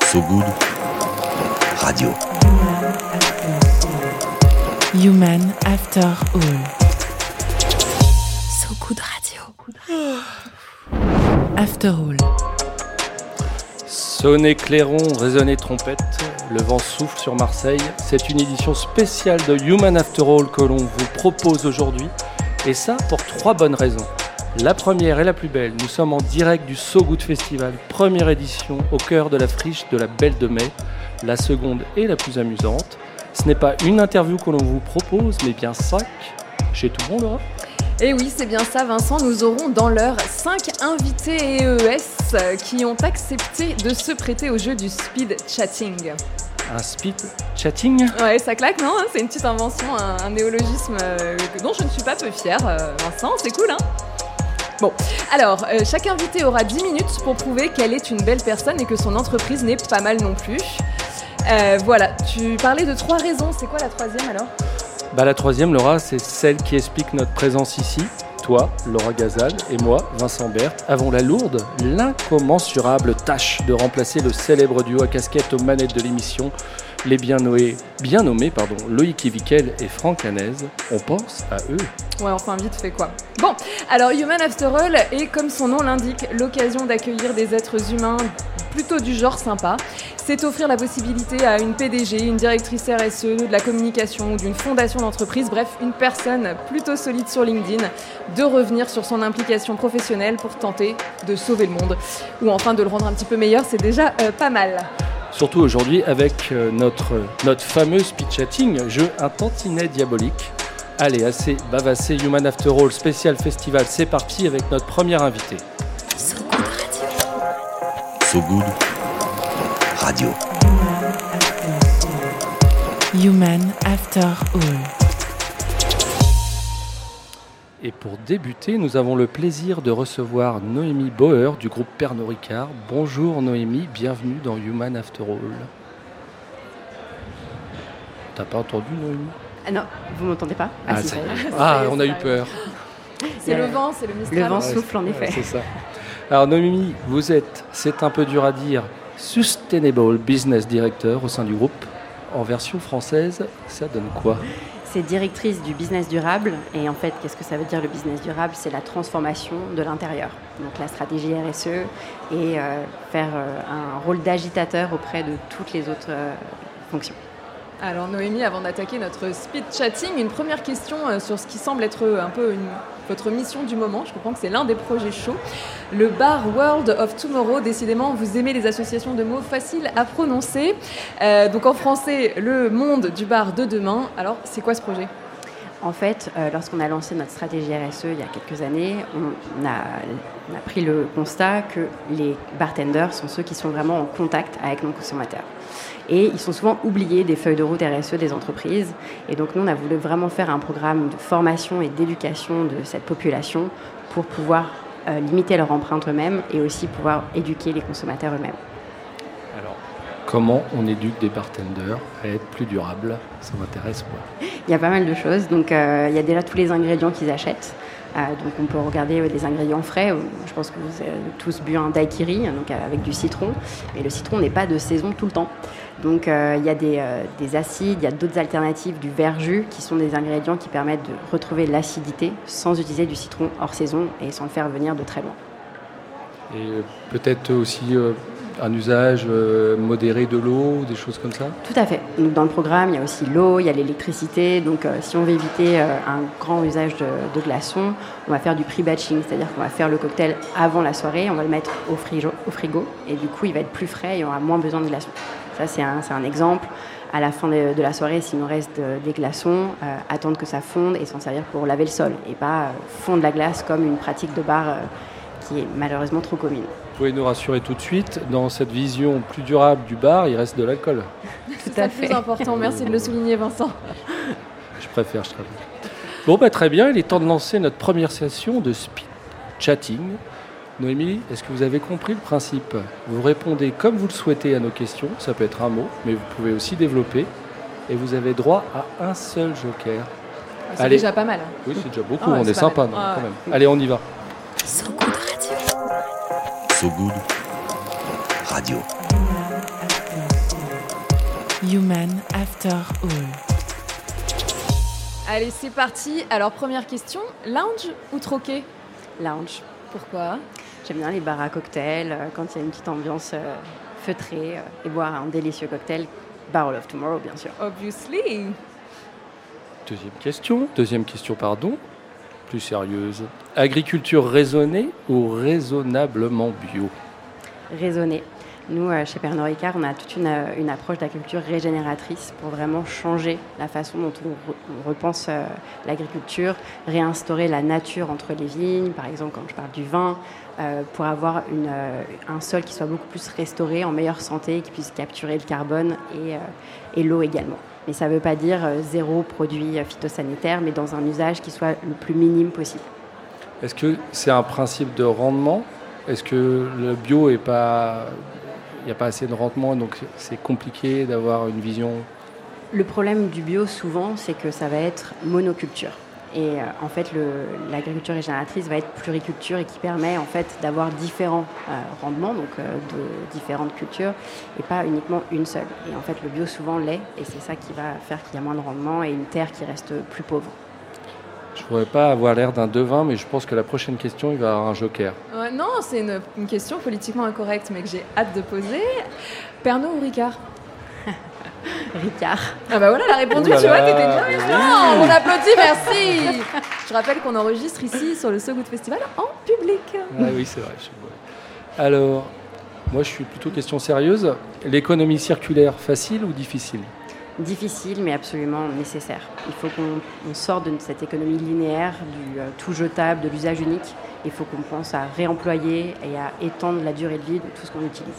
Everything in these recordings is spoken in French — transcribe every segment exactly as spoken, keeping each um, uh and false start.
So Good Radio. Human After All. So Good Radio. After All. Sonnez clairon, résonnez trompette, le vent souffle sur Marseille. C'est une édition spéciale de Human After All que l'on vous propose aujourd'hui. Et ça pour trois bonnes raisons. La première et la plus belle, nous sommes en direct du So Good Festival, première édition au cœur de la friche de la Belle de Mai. La seconde et la plus amusante, ce n'est pas une interview que l'on vous propose, mais bien cinq. Chez tout le monde, Laura ? Et oui, c'est bien ça, Vincent. Nous aurons dans l'heure cinq invités E E S qui ont accepté de se prêter au jeu du speed chatting. Un speed chatting ? Ouais, ça claque, non ? C'est une petite invention, un, un néologisme euh, dont je ne suis pas peu fière. Euh, Vincent, c'est cool, hein ? Bon, alors, euh, chaque invité aura dix minutes pour prouver qu'elle est une belle personne et que son entreprise n'est pas mal non plus. Euh, voilà, tu parlais de trois raisons. C'est quoi la troisième alors ? Bah, la troisième, Laura, c'est celle qui explique notre présence ici. Toi, Laura Gazal, et moi, Vincent Berthe, avons la lourde, l'incommensurable tâche de remplacer le célèbre duo à casquette aux manettes de l'émission, les bien nommés, bien nommés pardon, Loïc Ivikel et Franck Hanez. On pense à eux. Ouais, enfin vite fait quoi. Bon, alors Human After All est, comme son nom l'indique, l'occasion d'accueillir des êtres humains plutôt du genre sympa. C'est offrir la possibilité à une P D G, une directrice R S E, de la communication ou d'une fondation d'entreprise, bref, une personne plutôt solide sur LinkedIn, de revenir sur son implication professionnelle pour tenter de sauver le monde. Ou enfin de le rendre un petit peu meilleur, c'est déjà euh, pas mal. Surtout aujourd'hui avec euh, notre, notre fameux speed chatting, jeu un tantinet diabolique. Allez, assez bavassé, Human After All spécial festival, c'est parti avec notre première invité. So Good Radio. So Good Radio. Human After All. Et pour débuter, nous avons le plaisir de recevoir Noémie Bauer du groupe Pernod Ricard. Bonjour Noémie, bienvenue dans Human After All. T'as pas entendu Noémie ? Ah non, vous m'entendez pas ? Ah, Ah, si, ça ça y y est. est. Ah, on a eu peur. C'est le vent, c'est le Mistral. Le vent Ouais, souffle en effet. Ouais, c'est ça. Alors Noémie, vous êtes, c'est un peu dur à dire, Sustainable Business Director au sein du groupe. En version française, ça donne quoi ? C'est directrice du business durable. Et en fait, qu'est-ce que ça veut dire le business durable ? C'est la transformation de l'intérieur. Donc la stratégie R S E et euh, faire euh, un rôle d'agitateur auprès de toutes les autres euh, fonctions. Alors Noémie, avant d'attaquer notre speed chatting, une première question sur ce qui semble être un peu une, votre mission du moment. Je comprends que c'est l'un des projets chauds. Le bar World of Tomorrow, décidément, vous aimez les associations de mots faciles à prononcer. Euh, donc en français, le monde du bar de demain. Alors, c'est quoi ce projet ? En fait, euh, lorsqu'on a lancé notre stratégie R S E il y a quelques années, on a, on a pris le constat que les bartenders sont ceux qui sont vraiment en contact avec nos consommateurs. Et ils sont souvent oubliés des feuilles de route R S E des entreprises. Et donc nous, on a voulu vraiment faire un programme de formation et d'éducation de cette population pour pouvoir euh, limiter leur empreinte eux-mêmes et aussi pouvoir éduquer les consommateurs eux-mêmes. Alors, comment on éduque des bartenders à être plus durables ? Ça m'intéresse, moi. Il y a pas mal de choses. Donc euh, il y a déjà tous les ingrédients qu'ils achètent. Euh, donc on peut regarder euh, des ingrédients frais. Je pense que vous avez tous bu un daiquiri, donc euh, avec du citron. Mais le citron n'est pas de saison tout le temps. Donc euh, il y a des, euh, des acides, il y a d'autres alternatives, du verjus, qui sont des ingrédients qui permettent de retrouver l'acidité sans utiliser du citron hors saison et sans le faire venir de très loin. Et euh, peut-être aussi euh, un usage euh, modéré de l'eau, des choses comme ça ? Tout à fait. Donc, dans le programme, il y a aussi l'eau, il y a l'électricité. Donc euh, si on veut éviter euh, un grand usage de, de glaçons, on va faire du pre-batching, c'est-à-dire qu'on va faire le cocktail avant la soirée, on va le mettre au frigo, au frigo et du coup il va être plus frais et on aura moins besoin de glaçons. Ça, c'est un, c'est un exemple. À la fin de, de la soirée, s'il nous reste de, des glaçons, euh, attendre que ça fonde et s'en servir pour laver le sol. Et pas euh, fondre la glace comme une pratique de bar euh, qui est malheureusement trop commune. Vous pouvez nous rassurer tout de suite, dans cette vision plus durable du bar, il reste de l'alcool. Tout à fait. C'est le plus important. Merci de le souligner, Vincent. Je préfère, je préfère. Bon, bah, très bien. Il est temps de lancer notre première session de speed chatting. Noémie, est-ce que vous avez compris le principe ? Vous répondez comme vous le souhaitez à nos questions. Ça peut être un mot, mais vous pouvez aussi développer. Et vous avez droit à un seul joker. C'est Allez. déjà pas mal. Oui, c'est déjà beaucoup. Ah ouais, on c'est est pas sympa, mal. non, Ah quand ouais. même. Allez, on y va. So Good Radio. So Good Radio. Human After All. Allez, c'est parti. Alors, première question, lounge ou troquet ? Lounge. Pourquoi ? J'aime bien les bars à cocktails, euh, quand il y a une petite ambiance euh, feutrée, euh, et boire un délicieux cocktail. Barrel of Tomorrow, bien sûr. Obviously. Deuxième question, deuxième question, pardon, plus sérieuse. Agriculture raisonnée ou raisonnablement bio ? Raisonner. Nous, euh, chez Pernod Ricard, on a toute une, euh, une approche d'agriculture régénératrice pour vraiment changer la façon dont on, re- on repense euh, l'agriculture, réinstaurer la nature entre les vignes, par exemple quand je parle du vin, euh, pour avoir une, euh, un sol qui soit beaucoup plus restauré, en meilleure santé, qui puisse capturer le carbone et, euh, et l'eau également. Mais ça ne veut pas dire euh, zéro produit phytosanitaire, mais dans un usage qui soit le plus minime possible. Est-ce que c'est un principe de rendement ? Est-ce que le bio est pas... Il n'y a pas assez de rendement, donc c'est compliqué d'avoir une vision. Le problème du bio, souvent, c'est que ça va être monoculture. Et euh, en fait, le, l'agriculture régénératrice va être pluriculture et qui permet en fait d'avoir différents euh, rendements, donc euh, de différentes cultures, et pas uniquement une seule. Et en fait, le bio souvent l'est, et c'est ça qui va faire qu'il y a moins de rendement et une terre qui reste plus pauvre. Je ne pourrais pas avoir l'air d'un devin, mais je pense que la prochaine question, il va y avoir un joker. Ouais, non, c'est une, une question politiquement incorrecte, mais que j'ai hâte de poser. Pernod ou Ricard ? Ricard. Ah bah voilà, la répondu, Ouh là tu vois, là. t'étais bien méchant. On applaudit, merci. Je rappelle qu'on enregistre ici sur le So Good Festival en public. Ah oui, c'est vrai. Je suis mauvais. Alors, moi, je suis plutôt question sérieuse. L'économie circulaire, facile ou difficile ? Difficile, mais absolument nécessaire. Il faut qu'on on sorte de cette économie linéaire, du euh, tout jetable, de l'usage unique. Il faut qu'on pense à réemployer et à étendre la durée de vie de tout ce qu'on utilise.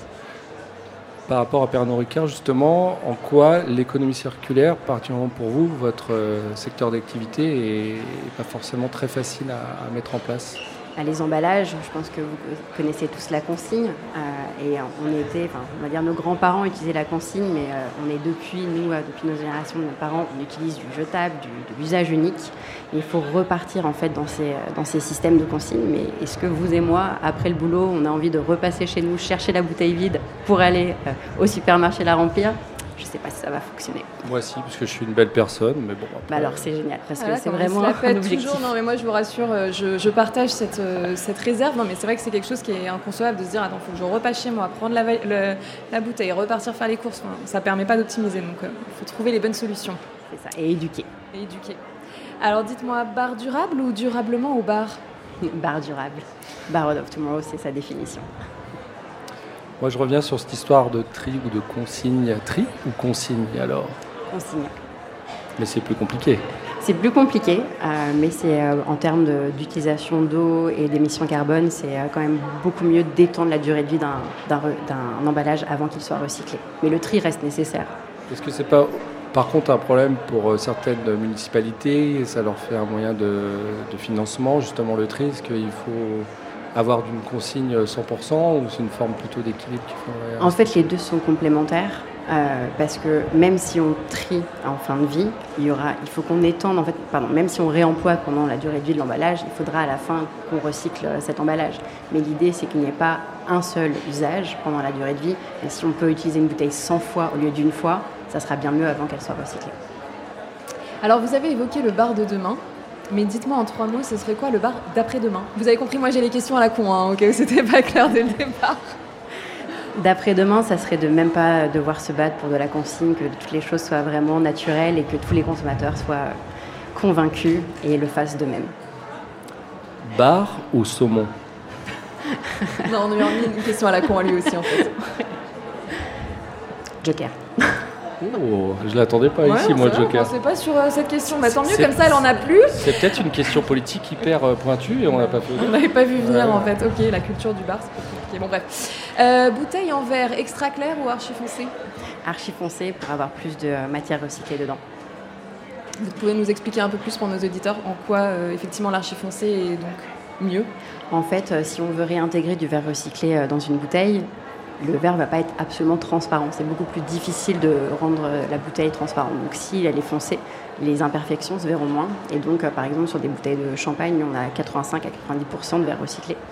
Par rapport à Pernod Ricard, justement, en quoi l'économie circulaire, particulièrement pour vous, votre euh, secteur d'activité, est pas forcément très facile à, à mettre en place ? Les emballages, je pense que vous connaissez tous la consigne. Euh, et on était, enfin, on va dire, nos grands-parents utilisaient la consigne, mais euh, on est depuis, nous, euh, depuis nos générations de nos parents, on utilise du jetable, du, de l'usage unique. Et il faut repartir en fait dans ces, dans ces systèmes de consigne. Mais est-ce que vous et moi, après le boulot, on a envie de repasser chez nous, chercher la bouteille vide pour aller euh, au supermarché la remplir ? Je ne sais pas si ça va fonctionner. Moi aussi, parce que je suis une belle personne, mais bon. Après, Bah alors c'est génial, parce Voilà, que c'est comme on vraiment se la un pète objectif. toujours. Non, mais moi, je vous rassure, euh, je, je partage cette, euh, cette réserve. Non, mais c'est vrai que c'est quelque chose qui est inconcevable de se dire, attends, il faut que je repasse chez moi, prendre la, le, la bouteille, repartir faire les courses. Enfin, ça ne permet pas d'optimiser, donc il euh, faut trouver les bonnes solutions. C'est ça, et éduquer. Et éduquer. Alors, dites-moi, bar durable ou durablement au bar ? Bar durable. Barrel of Tomorrow, c'est sa définition. Moi, je reviens sur cette histoire de tri ou de consigne. Tri ou consigne, alors ? Consigne. Mais c'est plus compliqué. C'est plus compliqué, euh, mais c'est euh, en termes de, d'utilisation d'eau et d'émissions carbone, c'est euh, quand même beaucoup mieux d'étendre la durée de vie d'un, d'un, re- d'un emballage avant qu'il soit recyclé. Mais le tri reste nécessaire. Est-ce que c'est pas, par contre, un problème pour euh, certaines municipalités ? Ça leur fait un moyen de, de financement, justement le tri. Est-ce qu'il faut avoir d'une consigne cent pour cent ou c'est une forme plutôt d'équilibre qu'il faudrait... En fait, les deux sont complémentaires. Euh, parce que même si on trie en fin de vie, il y aura, il faut qu'on étende, en fait, pardon, même si on réemploie pendant la durée de vie de l'emballage, il faudra à la fin qu'on recycle cet emballage. Mais l'idée, c'est qu'il n'y ait pas un seul usage pendant la durée de vie. Et si on peut utiliser une bouteille cent fois au lieu d'une fois, ça sera bien mieux avant qu'elle soit recyclée. Alors, vous avez évoqué le bar de demain. Mais dites-moi en trois mots, ce serait quoi le bar d'après-demain ? Vous avez compris, moi j'ai les questions à la con, hein, au cas où c'était pas clair dès le départ. D'après-demain, ça serait de même pas devoir se battre pour de la consigne, que toutes les choses soient vraiment naturelles et que tous les consommateurs soient convaincus et le fassent d'eux-mêmes. Bar ou saumon ? Non, on lui a mis une question à la con à lui aussi en fait. Joker. Oh, je l'attendais pas Ouais, ici, non, moi, c'est vrai, Joker. on pensait pas sur euh, cette question. Bah, tant mieux, C'est- comme ça elle en a plus. C'est peut-être une question politique hyper euh, pointue et on l'a pas fait. On n'avait pas vu venir Ouais. en fait. Ok, la culture du bar, c'est pas compliqué. Bon, bref. Euh, bouteille en verre, extra clair ou archi foncé ? Archi foncé pour avoir plus de euh, matière recyclée dedans. Vous pouvez nous expliquer un peu plus pour nos auditeurs en quoi euh, effectivement l'archi foncé est donc mieux ? En fait, euh, si on veut réintégrer du verre recyclé euh, dans une bouteille, le verre ne va pas être absolument transparent. C'est beaucoup plus difficile de rendre euh, la bouteille transparente. Donc si elle est foncée, les imperfections se verront moins. Et donc, euh, par exemple, sur des bouteilles de champagne, on a quatre-vingt-cinq à quatre-vingt-dix pour cent de verre recyclé.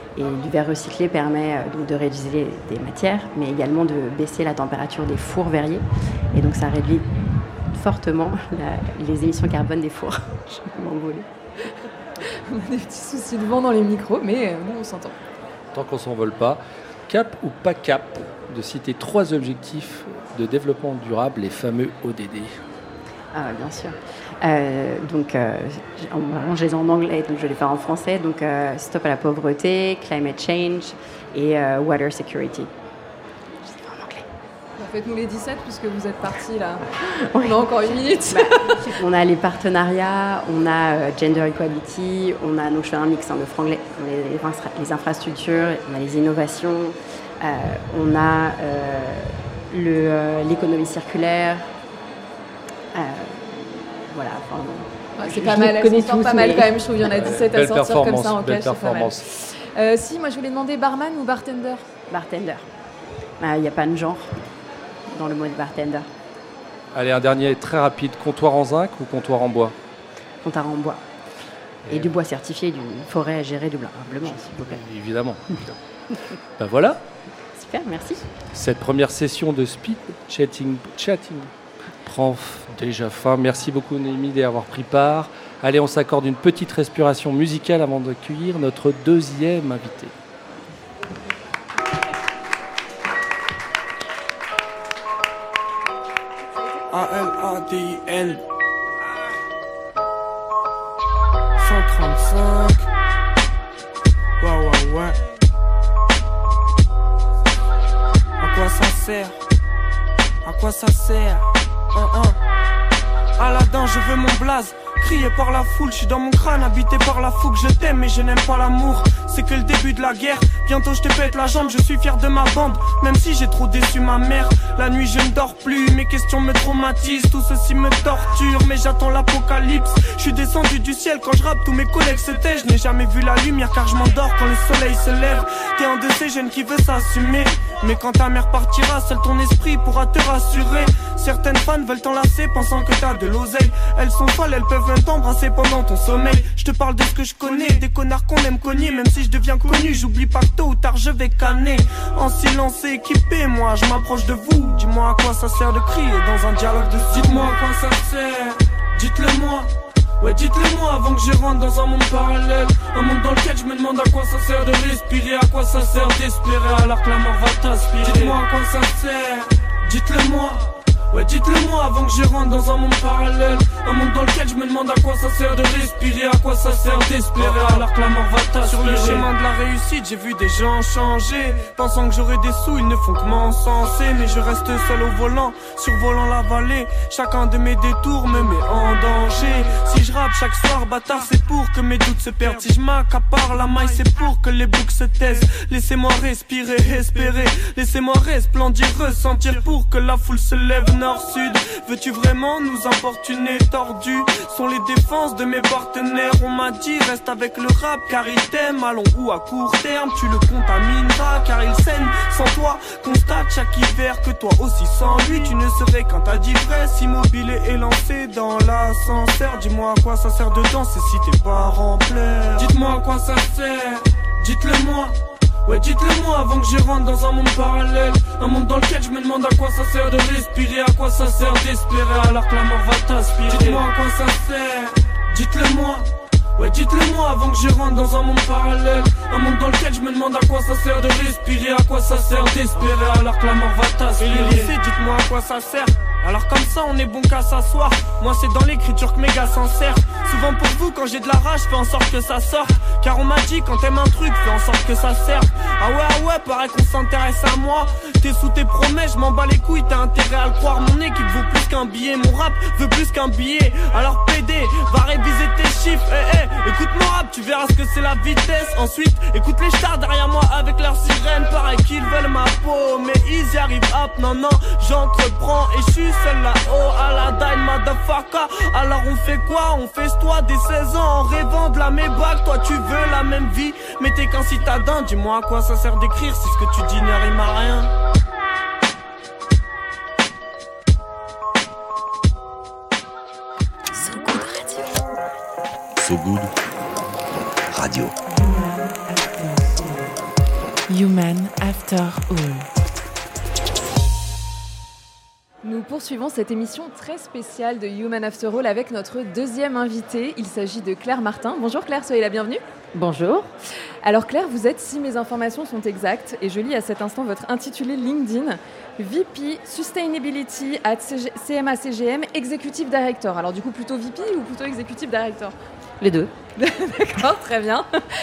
Et du verre recyclé permet euh, donc de réutiliser des matières, mais également de baisser la température des fours verriers. Et donc ça réduit fortement la, les émissions carbone des fours. Je vais m'envoler. On a des petits soucis de vent dans les micros, mais euh, nous on s'entend. Tant qu'on ne s'envole pas, cap ou pas cap, de citer trois objectifs de développement durable, les fameux O D D. Ah, bien sûr. Euh, donc, euh, on je les ai en anglais, donc je vais les faire en français. Donc, euh, stop à la pauvreté, climate change et euh, water security. Je les ai fait en anglais. Bah, faites-nous les dix-sept, puisque vous êtes partis là. Oui. On a encore une minute. Bah, on a les partenariats, on a euh, gender equality, on a nos chemins mix, hein, le franglais, on a les, les, les infrastructures, on a les innovations, euh, on a euh, le, euh, l'économie circulaire. Euh, voilà, enfin, ouais, je, c'est je pas mal, elles sont tous, pas mal mais... quand même, je trouve qu'il y en a dix-sept à sortir comme ça en belle cash, c'est pas mal. Euh, si, moi je voulais demander barman ou bartender? Bartender. Il n'y a pas de genre dans le mot de bartender. Allez, un dernier très rapide, comptoir en zinc ou comptoir en bois? Comptoir en bois. Et, Et du bois certifié, d'une forêt à gérer durablement, s'il vous plaît. Évidemment. Ben voilà. Super, merci. Cette première session de speed chatting, chatting prend déjà fin. Merci beaucoup Noémie d'y avoir pris part. Allez, on s'accorde une petite respiration musicale avant d'accueillir notre deuxième invité. A L A D I N cent trente-cinq. Ouais, ouais, ouais. À quoi ça sert? À quoi ça sert? Un, un. Aladdin, je veux mon blaze. Crié par la foule, je suis dans mon crâne, habité par la fougue. Je t'aime mais je n'aime pas l'amour. C'est que le début de la guerre. Bientôt je te pète la jambe, je suis fier de ma bande. Même si j'ai trop déçu ma mère. La nuit je ne dors plus, mes questions me traumatisent. Tout ceci me torture, mais j'attends l'apocalypse. Je suis descendu du ciel quand je rappe, tous mes collègues se taisent. Je n'ai jamais vu la lumière car je m'endors quand le soleil se lève. T'es un de ces jeunes qui veut s'assumer. Mais quand ta mère partira, seul ton esprit pourra te rassurer. Certaines fans veulent t'enlacer pensant que t'as de l'oseille. Elles sont folles, elles peuvent même t'embrasser pendant ton sommeil. Je te parle de ce que je connais, des connards qu'on aime cogner. Même si je deviens connu, j'oublie pas que tôt ou tard je vais canner. En silence et équipé, moi je m'approche de vous. Dis-moi à quoi ça sert de crier dans un dialogue de style. Dites-moi à quoi ça sert, dites-le moi. Ouais, dites-le moi avant que je rentre dans un monde parallèle. Un monde dans lequel je me demande à quoi ça sert de respirer. À quoi ça sert d'espérer alors que la mort va t'aspirer. Dites-moi à quoi ça sert, dites-le moi. Ouais, dites-le moi avant que je rentre dans un monde parallèle. Un monde dans lequel je me demande à quoi ça sert de respirer. À quoi ça sert d'espérer alors que la mort va t'aspirer. Sur le chemin de la réussite, j'ai vu des gens changer. Pensant que j'aurais des sous, ils ne font que m'encenser. Mais je reste seul au volant, survolant la vallée. Chacun de mes détours me met en danger. Si je rappe chaque soir, bâtard, c'est pour que mes doutes se perdent. Si je m'accapare la maille, c'est pour que les boucs se taisent. Laissez-moi respirer, espérer. Laissez-moi resplendir, ressentir pour que la foule se lève. Nord-Sud, veux-tu vraiment nous importuner? Tordus sont les défenses de mes partenaires. On m'a dit reste avec le rap car il t'aime. À long ou à court terme tu le contamineras car il saigne. Sans toi, constate chaque hiver que toi aussi sans lui tu ne serais qu'un tas d'ivresse. Immobile et lancé dans l'ascenseur. Dis-moi à quoi ça sert de danser si tes parents pleurent. Dites-moi à quoi ça sert, dites-le moi. Ouais, dites-le moi avant que je rentre dans un monde parallèle. Un monde dans lequel je me demande à quoi ça sert de respirer. À quoi ça sert d'espérer alors que la mort va t'aspirer. Dites-moi à quoi ça sert, dites-le moi. Ouais, dites-le moi avant que je rentre dans un monde parallèle. Un monde dans lequel je me demande à quoi ça sert de respirer. À quoi ça sert d'espérer alors que la mort va t'aspirer. Et les lycées, dites-moi à quoi ça sert. Alors comme ça on est bon qu'à s'asseoir. Moi c'est dans l'écriture que mes gars s'en servent. Souvent pour vous quand j'ai de la rage fais en sorte que ça sorte. Car on m'a dit quand t'aimes un truc fais en sorte que ça serve. Ah ouais ah ouais pareil qu'on s'intéresse à moi. T'es sous tes promesses je m'en bats les couilles. T'as intérêt à le croire. Mon équipe vaut plus qu'un billet. Mon rap veut plus qu'un billet. Alors P D va réviser tes chiffres. Eh eh écoute mon rap tu verras ce que c'est la vitesse. Ensuite écoute les stars derrière moi avec leurs sirènes. Pareil qu'ils veulent ma peau mais ils y arrivent hop. Non non j'entreprends et je suis seul là-haut à la dine motherfucker. Alors on fait quoi? On fesse-toi des seize ans en rêvant de la Maybach. Toi tu veux la même vie mais t'es qu'un citadin. Dis-moi à quoi ça sert d'écrire si ce que tu dis ne rime à rien. So Good Radio. So Good Radio. Human After All. Nous poursuivons cette émission très spéciale de Human After All avec notre deuxième invité. Il s'agit de Claire Martin. Bonjour Claire, soyez la bienvenue. Bonjour. Alors Claire, vous êtes, si mes informations sont exactes, et je lis à cet instant votre intitulé LinkedIn, V P Sustainability at C M A C G M Executive Director. Alors du coup, plutôt V P ou plutôt Executive Director ? Les deux. D'accord, très bien.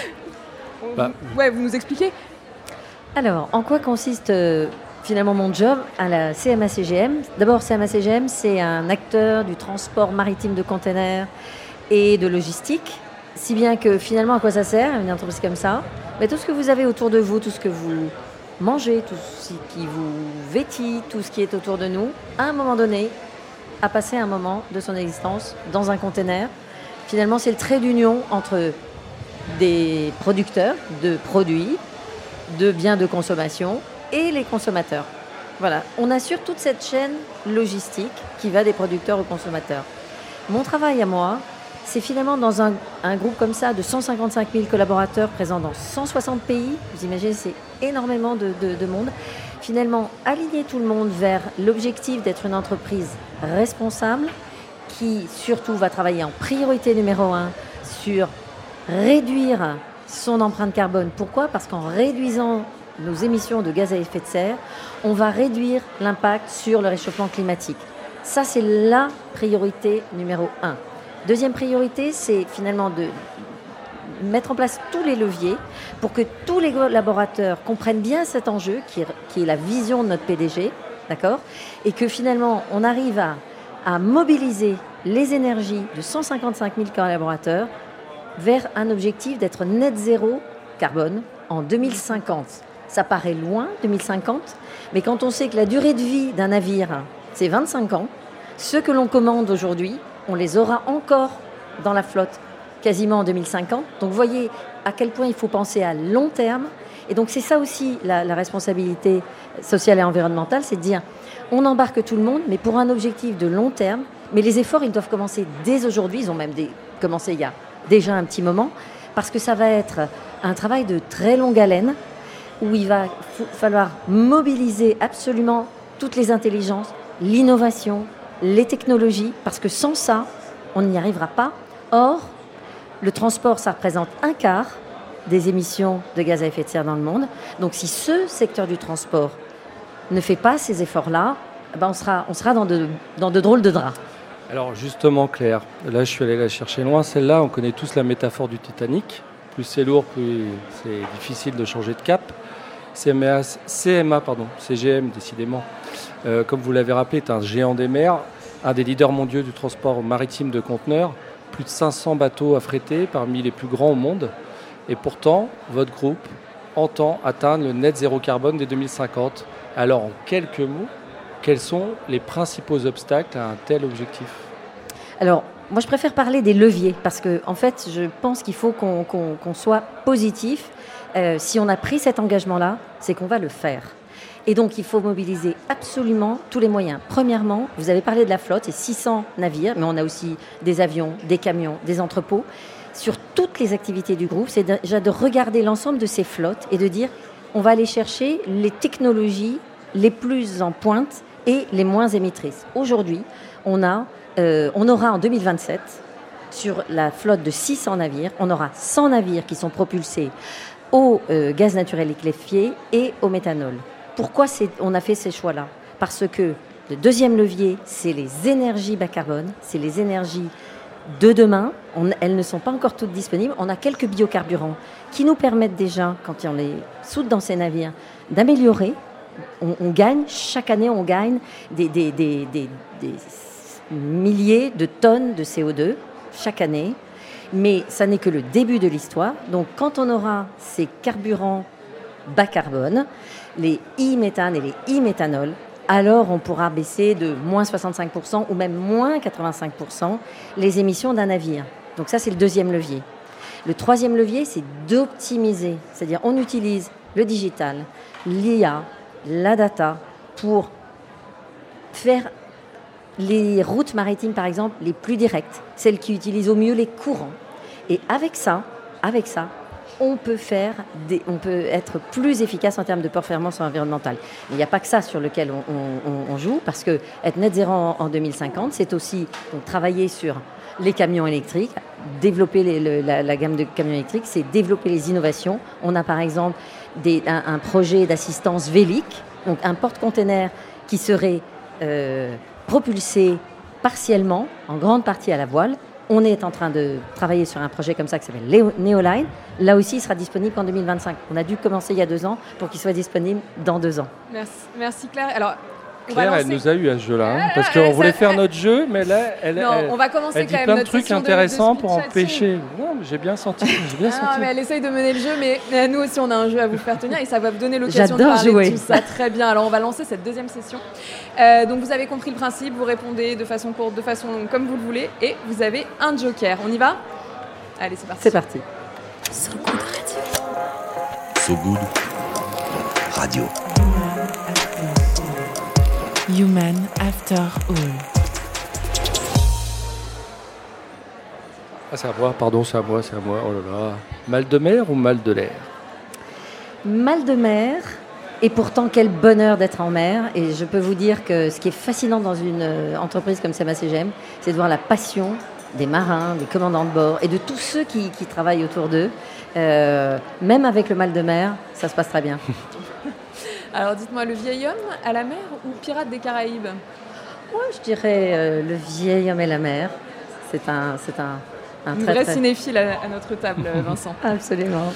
Bah. Ouais, vous nous expliquez ? Alors, en quoi consiste euh, finalement mon job à la C M A C G M ? D'abord, C M A C G M, c'est un acteur du transport maritime de containers et de logistique. Si bien que finalement, à quoi ça sert, une entreprise comme ça ? Mais tout ce que vous avez autour de vous, tout ce que vous mangez, tout ce qui vous vêtit, tout ce qui est autour de nous, à un moment donné, a passé un moment de son existence dans un container. Finalement, c'est le trait d'union entre des producteurs de produits, de biens de consommation et les consommateurs. Voilà, on assure toute cette chaîne logistique qui va des producteurs aux consommateurs. Mon travail à moi, c'est finalement dans un, un groupe comme ça de cent cinquante-cinq mille collaborateurs présents dans cent soixante pays, vous imaginez, c'est énormément de, de, de monde, finalement aligner tout le monde vers l'objectif d'être une entreprise responsable qui surtout va travailler en priorité numéro un sur réduire son empreinte carbone. Pourquoi ? Parce qu'en réduisant nos émissions de gaz à effet de serre, on va réduire l'impact sur le réchauffement climatique. Ça, c'est la priorité numéro un. Deuxième priorité, c'est finalement de mettre en place tous les leviers pour que tous les collaborateurs comprennent bien cet enjeu qui est, qui est la vision de notre P D G, d'accord ? Et que finalement, on arrive à, à mobiliser les énergies de cent cinquante-cinq mille collaborateurs vers un objectif d'être net zéro carbone en deux mille cinquante. Ça paraît loin, deux mille cinquante, mais quand on sait que la durée de vie d'un navire, c'est vingt-cinq ans, ceux que l'on commande aujourd'hui, on les aura encore dans la flotte quasiment en deux mille cinquante. Donc vous voyez à quel point il faut penser à long terme. Et donc c'est ça aussi la, la responsabilité sociale et environnementale, c'est de dire on embarque tout le monde, mais pour un objectif de long terme. Mais les efforts, ils doivent commencer dès aujourd'hui. Ils ont même des, commencé il y a déjà un petit moment, parce que ça va être un travail de très longue haleine, où il va f- falloir mobiliser absolument toutes les intelligences, l'innovation, les technologies, parce que sans ça, on n'y arrivera pas. Or, le transport, ça représente un quart des émissions de gaz à effet de serre dans le monde. Donc si ce secteur du transport ne fait pas ces efforts-là, ben on sera, on sera dans, de, dans de drôles de draps. Alors justement Claire, là je suis allé la chercher loin, celle-là on connaît tous la métaphore du Titanic, plus c'est lourd, plus c'est difficile de changer de cap. C M A, C M A pardon, C G M décidément, euh, comme vous l'avez rappelé, est un géant des mers, un des leaders mondiaux du transport maritime de conteneurs, plus de cinq cents bateaux affrétés, parmi les plus grands au monde, et pourtant votre groupe entend atteindre le net zéro carbone dès deux mille cinquante. Alors en quelques mots, quels sont les principaux obstacles à un tel objectif ? Alors, moi, je préfère parler des leviers parce que, en fait, je pense qu'il faut qu'on, qu'on, qu'on soit positif. Euh, si on a pris cet engagement-là, c'est qu'on va le faire. Et donc, il faut mobiliser absolument tous les moyens. Premièrement, vous avez parlé de la flotte, c'est six cents navires, mais on a aussi des avions, des camions, des entrepôts. Sur toutes les activités du groupe, c'est déjà de regarder l'ensemble de ces flottes et de dire, on va aller chercher les technologies les plus en pointe et les moins émettrices. Aujourd'hui, on, a, euh, on aura en deux mille vingt-sept, sur la flotte de six cents navires, on aura cent navires qui sont propulsés au euh, gaz naturel liquéfié et au méthanol. Pourquoi c'est, on a fait ces choix-là ? Parce que le deuxième levier, c'est les énergies bas carbone, c'est les énergies de demain. On, elles ne sont pas encore toutes disponibles. On a quelques biocarburants qui nous permettent déjà, quand on les soude dans ces navires, d'améliorer. On, on gagne, chaque année, on gagne des, des, des, des, des milliers de tonnes de C O deux chaque année. Mais ça n'est que le début de l'histoire. Donc, quand on aura ces carburants bas carbone, les e-méthane et les e-méthanol, alors on pourra baisser de moins soixante-cinq pour cent ou même moins quatre-vingt-cinq pour cent les émissions d'un navire. Donc ça, c'est le deuxième levier. Le troisième levier, c'est d'optimiser. C'est-à-dire, on utilise le digital, l'I A, la data pour faire les routes maritimes, par exemple, les plus directes, celles qui utilisent au mieux les courants. Et avec ça, avec ça, on peut faire des, on peut être plus efficace en termes de performance environnementale. Mais il n'y a pas que ça sur lequel on, on, on joue, parce que être net zéro en, en deux mille cinquante, c'est aussi donc, travailler sur les camions électriques, développer les, le, la, la gamme de camions électriques, c'est développer les innovations. On a par exemple des, un, un projet d'assistance vélique, donc un porte-container qui serait euh, propulsé partiellement, en grande partie à la voile. On est en train de travailler sur un projet comme ça qui s'appelle Neoline. Là aussi, il sera disponible qu'en deux mille vingt-cinq. On a dû commencer il y a deux ans pour qu'il soit disponible dans deux ans. Merci, merci Claire. Alors, Claire, elle nous a eu à ce jeu-là, hein, parce qu'on voulait faire notre jeu, mais là, elle, non, elle, on va commencer elle quand dit même plein de notre trucs session intéressants de, de pour empêcher. Non, mais j'ai bien senti. J'ai bien ah, senti. mais elle essaye de mener le jeu, mais, mais nous aussi, on a un jeu à vous faire tenir et ça va vous donner l'occasion de J'adore parler jouer. de tout ça. Très bien. Alors, on va lancer cette deuxième session. Euh, donc, vous avez compris le principe. Vous répondez de façon courte, de façon longue, comme vous le voulez, et vous avez un joker. On y va ? Allez, c'est parti. C'est parti. So Good Radio. Human After All. Ah, c'est à moi, pardon, c'est à moi, c'est à moi. Oh là là. Mal de mer ou mal de l'air ? Mal de mer, et pourtant quel bonheur d'être en mer. Et je peux vous dire que ce qui est fascinant dans une euh, entreprise comme C M A C G M, c'est de voir la passion des marins, des commandants de bord et de tous ceux qui, qui travaillent autour d'eux. Euh, même avec le mal de mer, ça se passe très bien. Alors, dites-moi, le vieil homme à la mer ou pirate des Caraïbes ? Moi, je dirais euh, le vieil homme et la mer. C'est un, c'est un, un Une très, vraie très... cinéphile à, à notre table, Vincent. Absolument.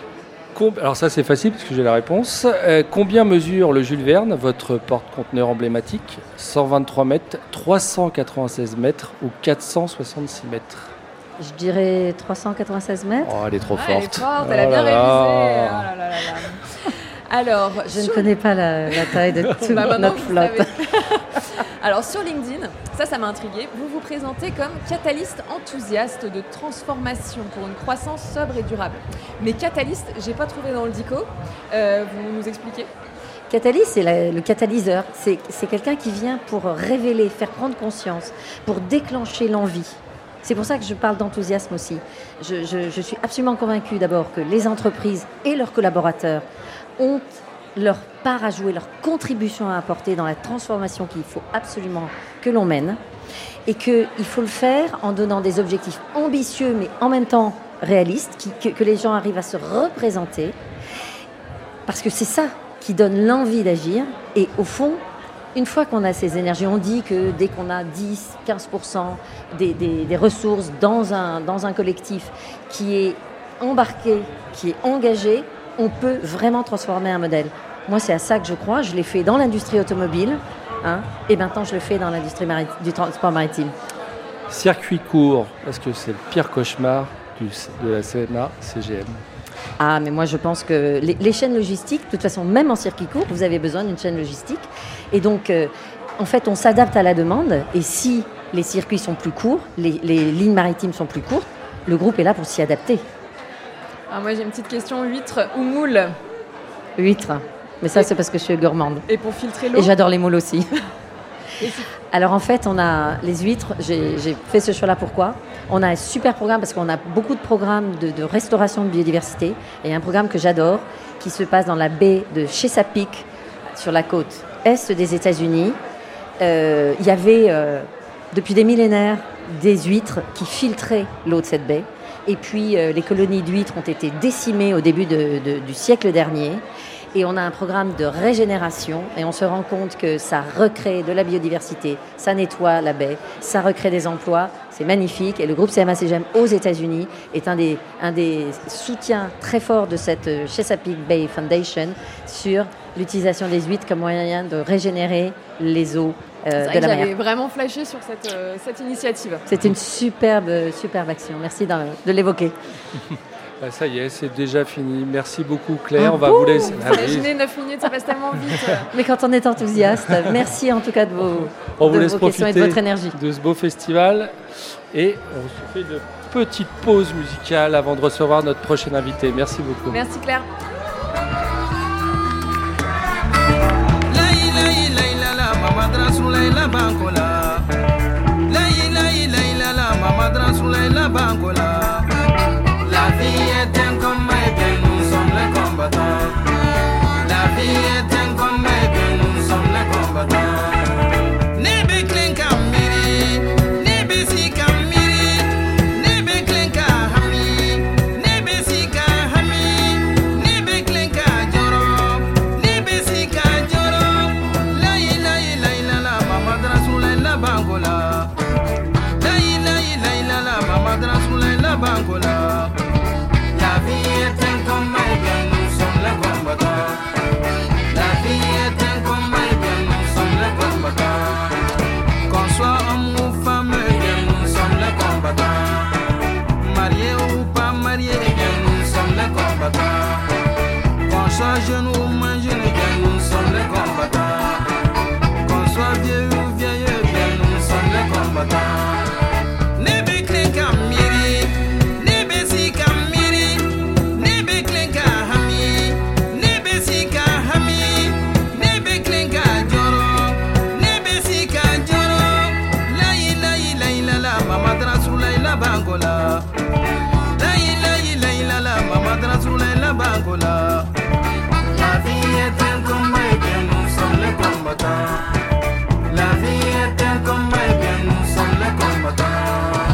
Com- Alors ça, c'est facile parce que j'ai la réponse. Euh, combien mesure le Jules Verne, votre porte-conteneur emblématique ? cent vingt-trois mètres, trois cent quatre-vingt-seize mètres ou quatre cent soixante-six mètres ? Je dirais trois cent quatre-vingt-seize mètres. Oh, elle est trop Ah, forte. elle est forte, elle a Oh bien là révisé. là. Oh là là là là. Alors, Je ne sur- connais pas la, la taille de toute Bah, maintenant, notre vous flotte. savez. Alors sur LinkedIn, ça, ça m'a intriguée. Vous vous présentez comme catalyste enthousiaste de transformation pour une croissance sobre et durable. Mais catalyste, j'ai pas trouvé dans le dico. Euh, vous nous expliquez ? Catalyse, c'est la- le catalyseur. C'est, c'est quelqu'un qui vient pour révéler, faire prendre conscience, pour déclencher l'envie. C'est pour ça que je parle d'enthousiasme aussi. Je, je- je suis absolument convaincue d'abord que les entreprises et leurs collaborateurs ont leur part à jouer, leur contribution à apporter dans la transformation qu'il faut absolument que l'on mène, et qu'il faut le faire en donnant des objectifs ambitieux mais en même temps réalistes, qui- que, que les gens arrivent à se représenter, parce que c'est ça qui donne l'envie d'agir. Et au fond, une fois qu'on a ces énergies, on dit que dès qu'on a dix à quinze pour cent des, des- des ressources dans un, dans un collectif qui est embarqué, qui est engagé, on peut vraiment transformer un modèle. Moi, c'est à ça que je crois. Je l'ai fait dans l'industrie automobile, hein, et maintenant je le fais dans l'industrie mari- du transport maritime. Circuit court, est-ce que c'est le pire cauchemar du, de la C M A C G M ? Ah, mais moi je pense que les, les chaînes logistiques, de toute façon, même en circuit court, vous avez besoin d'une chaîne logistique. Et donc, euh, en fait, on s'adapte à la demande. Et si les circuits sont plus courts, les, les lignes maritimes sont plus courtes, le groupe est là pour s'y adapter. Alors moi j'ai une petite question, huître ou moule ? Huître. Mais ça, c'est parce que je suis gourmande. Et pour filtrer l'eau ? Et j'adore les moules aussi. Et si- Alors en fait, on a les huîtres, j'ai, j'ai fait ce choix-là pourquoi ? On a un super programme parce qu'on a beaucoup de programmes de, de restauration de biodiversité. Et il y a un programme que j'adore qui se passe dans la baie de Chesapeake, sur la côte est des États-Unis. Euh, il y avait euh, depuis des millénaires des huîtres qui filtraient l'eau de cette baie. Et puis euh, les colonies d'huîtres ont été décimées au début de, de, du siècle dernier. Et on a un programme de régénération et on se rend compte que ça recrée de la biodiversité, ça nettoie la baie, ça recrée des emplois, c'est magnifique. Et le groupe C M A C G M aux États-Unis est un des, un des soutiens très forts de cette Chesapeake Bay Foundation sur l'utilisation des huîtres comme moyen de régénérer les eaux euh, C'est vrai de que la mer. j'avais vraiment flashé sur cette, euh, cette initiative. C'est une superbe, superbe action. Merci de, de l'évoquer. Ah, ça y est, c'est déjà fini. Merci beaucoup Claire. Ah on va bon vous laisser. Vous Ah oui. imaginez, neuf minutes, ça passe tellement vite. Mais quand on est enthousiaste, merci en tout cas de vos, On vous de laisse vos questions et de profiter votre énergie. de ce beau festival et on se fait une petite pause musicale avant de recevoir notre prochain invité. Merci beaucoup. Merci Claire. La vie est un comme jeune ou moins jeune, bien nous sommes les combattants. Qu'on soit vieux ou vieilleux, bien nous sommes les combattants. Nebe klenka miri, nebe sika miri, nebe klenka hami, nebe sika hami, nebe klenka joro, nebe sika joro. La ila ila ila la, mama drasula ila bangola. La ila ila ila la, mama drasula ila bangola. La vie est un combat et bien nous sommes les combattants. La vie est un combat et bien nous sommes les combattants.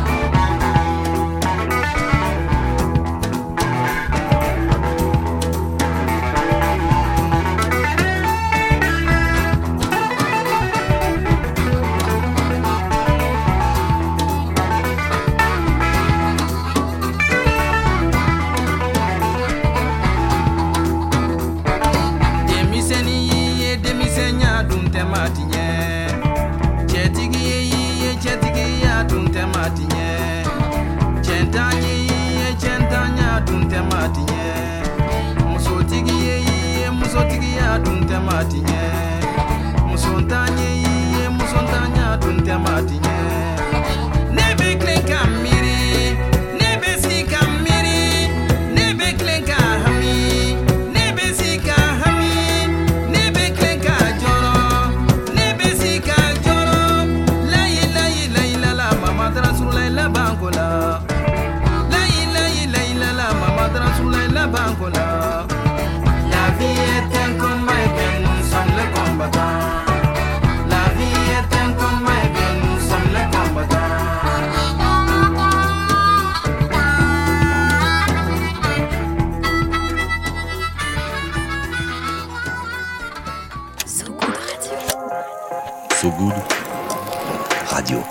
So Good Radio.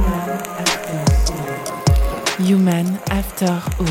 Human After All.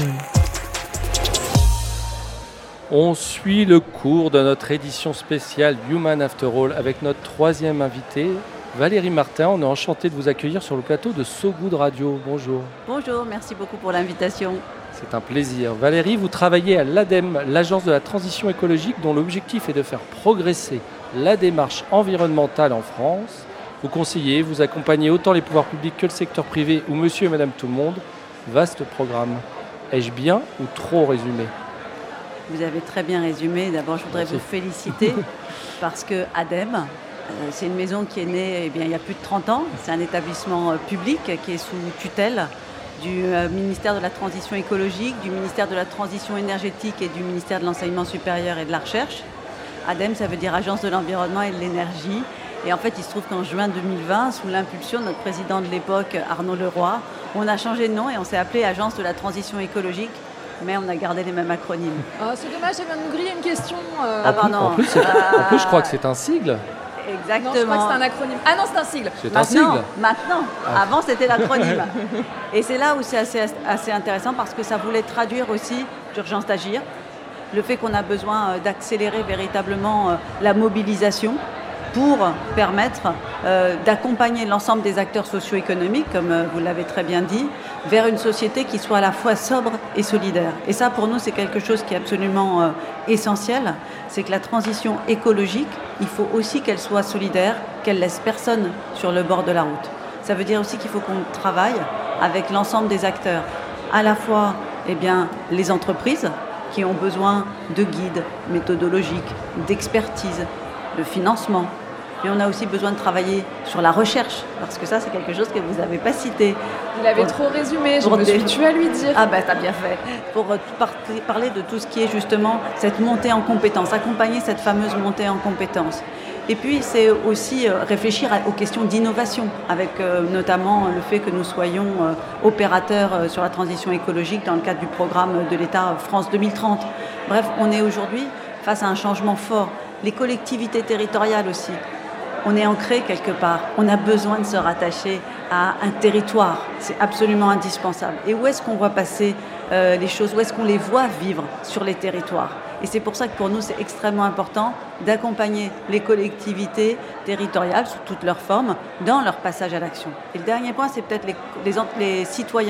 On suit le cours de notre édition spéciale Human After All avec notre troisième invitée, Valérie Martin. On est enchanté de vous accueillir sur le plateau de So Good Radio. Bonjour. Bonjour, merci beaucoup pour l'invitation. C'est un plaisir. Valérie, vous travaillez à l'ADEME, l'Agence de la transition écologique, dont l'objectif est de faire progresser la démarche environnementale en France. Vous conseillez, vous accompagnez autant les pouvoirs publics que le secteur privé ou monsieur et madame tout le monde. Vaste programme. Ai-je bien ou trop résumé ? Vous avez très bien résumé. D'abord, je voudrais Merci. vous féliciter parce que ADEME, euh, c'est une maison qui est née eh bien, il y a plus de trente ans. C'est un établissement euh, public qui est sous tutelle du euh, ministère de la Transition écologique, du ministère de la Transition énergétique et du ministère de l'Enseignement supérieur et de la Recherche. ADEME, ça veut dire Agence de l'environnement et de l'énergie. Et en fait, il se trouve qu'en juin deux mille vingt, sous l'impulsion de notre président de l'époque, Arnaud Leroy, on a changé de nom et on s'est appelé Agence de la transition écologique, mais on a gardé les mêmes acronymes. Oh, c'est dommage, ça vient de nous griller une question. euh. Ah, en, plus, pardon. en, plus, c'est- en plus, je crois que c'est un sigle. Exactement. Non, je crois que c'est un acronyme. Ah non, c'est un sigle. C'est un Maintenant, sigle. maintenant. Ah. Avant, c'était l'acronyme. Et c'est là où c'est assez, assez intéressant parce que ça voulait traduire aussi l'urgence d'agir, le fait qu'on a besoin euh, d'accélérer véritablement euh, la mobilisation pour permettre euh, d'accompagner l'ensemble des acteurs socio-économiques, comme euh, vous l'avez très bien dit, vers une société qui soit à la fois sobre et solidaire. Et ça, pour nous, c'est quelque chose qui est absolument euh, essentiel. C'est que la transition écologique, il faut aussi qu'elle soit solidaire, qu'elle laisse personne sur le bord de la route. Ça veut dire aussi qu'il faut qu'on travaille avec l'ensemble des acteurs, à la fois eh bien, les entreprises qui ont besoin de guides méthodologiques, d'expertise, de financement. Mais on a aussi besoin de travailler sur la recherche, parce que ça, c'est quelque chose que vous n'avez pas cité. Il avait Pour- trop résumé, je pour me des- suis tuée à lui dire. Ah ben, t'as bien fait. Pour euh, par- parler de tout ce qui est justement cette montée en compétences, accompagner cette fameuse montée en compétences. Et puis, c'est aussi euh, réfléchir à- aux questions d'innovation, avec euh, notamment le fait que nous soyons euh, opérateurs euh, sur la transition écologique dans le cadre du programme de l'État France deux mille trente. Bref, on est aujourd'hui face à un changement fort. Les collectivités territoriales aussi. On est ancré quelque part. On a besoin de se rattacher à un territoire. C'est absolument indispensable. Et où est-ce qu'on voit passer euh, les choses? Où est-ce qu'on les voit vivre sur les territoires? Et c'est pour ça que pour nous, c'est extrêmement important d'accompagner les collectivités territoriales sous toutes leurs formes dans leur passage à l'action. Et le dernier point, c'est peut-être les, les, les citoyens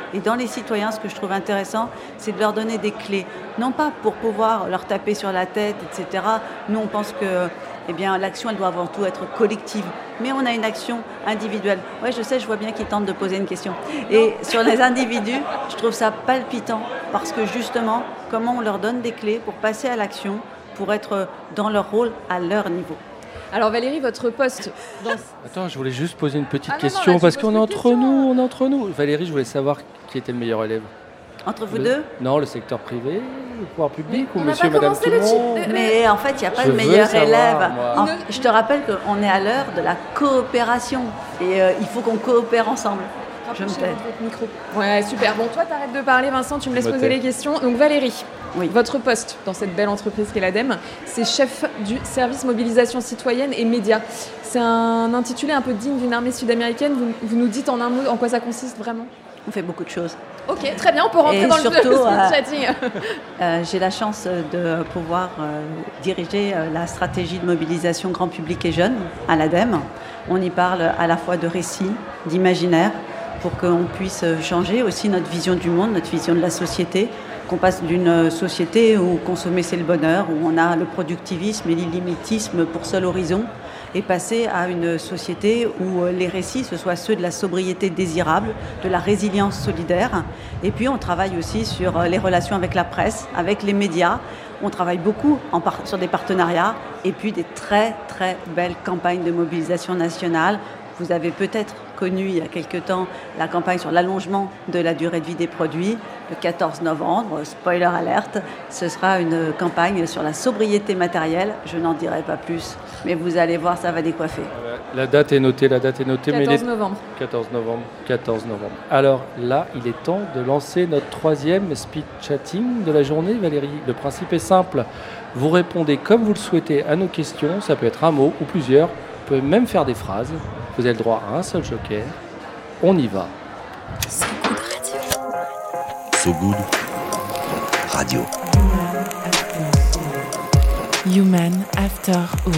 Et dans les citoyens, ce que je trouve intéressant, c'est de leur donner des clés. Non pas pour pouvoir leur taper sur la tête, et cetera. Nous, on pense que eh bien, l'action, elle doit avant tout être collective. Mais on a une action individuelle. Oui, je sais, je vois bien qu'ils tentent de poser une question. Et sur les individus, je trouve ça palpitant parce que justement, comment on leur donne des clés pour passer à l'action, pour être dans leur rôle à leur niveau. Alors Valérie, votre poste dans... Attends, je voulais juste poser une petite Ah non, question non, là, parce tu poses qu'on est une entre question. nous, on est entre nous. Valérie, je voulais savoir qui était le meilleur élève. Entre vous Le- deux. Non, le secteur privé, le pouvoir public ou on n'a monsieur, pas madame, commencé tout le le chi- monde le- Mais en fait, il n'y a pas Je de veux meilleur savoir, élève. moi. En- Ne- Je te rappelle qu'on est à l'heure de la coopération. Et euh, il faut qu'on coopère ensemble. Je me tais. Votre micro. Ouais, super. Bon, toi, t'arrêtes de parler, Vincent, tu me laisses Me poser tais. les questions. Donc Valérie, Oui. votre poste dans cette belle entreprise qu'est l'ADEME, c'est chef du service mobilisation citoyenne et médias. C'est un intitulé un peu digne d'une armée sud-américaine. Vous, vous nous dites en un mot en quoi ça consiste vraiment? On fait beaucoup de choses. Ok, très bien, on peut rentrer Et dans surtout, le speed euh, chatting. Euh, j'ai la chance de pouvoir euh, diriger euh, la stratégie de mobilisation grand public et jeunes à l'ADEME. On y parle à la fois de récits, d'imaginaire, pour qu'on puisse changer aussi notre vision du monde, notre vision de la société, qu'on passe d'une société où consommer c'est le bonheur, où on a le productivisme et l'illimitisme pour seul horizon, et passer à une société où les récits, ce soient ceux de la sobriété désirable, de la résilience solidaire. Et puis on travaille aussi sur les relations avec la presse, avec les médias. On travaille beaucoup en par- sur des partenariats et puis des très très belles campagnes de mobilisation nationale. Vous avez peut-être connu il y a quelque temps la campagne sur l'allongement de la durée de vie des produits. Le quatorze novembre, spoiler alerte, ce sera une campagne sur la sobriété matérielle. Je n'en dirai pas plus, mais vous allez voir, ça va décoiffer. La date est notée, la date est notée, mais il quatorze est novembre. quatorze novembre. quatorze novembre. Alors là, il est temps de lancer notre troisième speed chatting de la journée, Valérie. Le principe est simple. Vous répondez comme vous le souhaitez à nos questions. Ça peut être un mot ou plusieurs. Vous pouvez même faire des phrases. Vous avez le droit à un seul joker. On y va. So Good Radio. Human After All.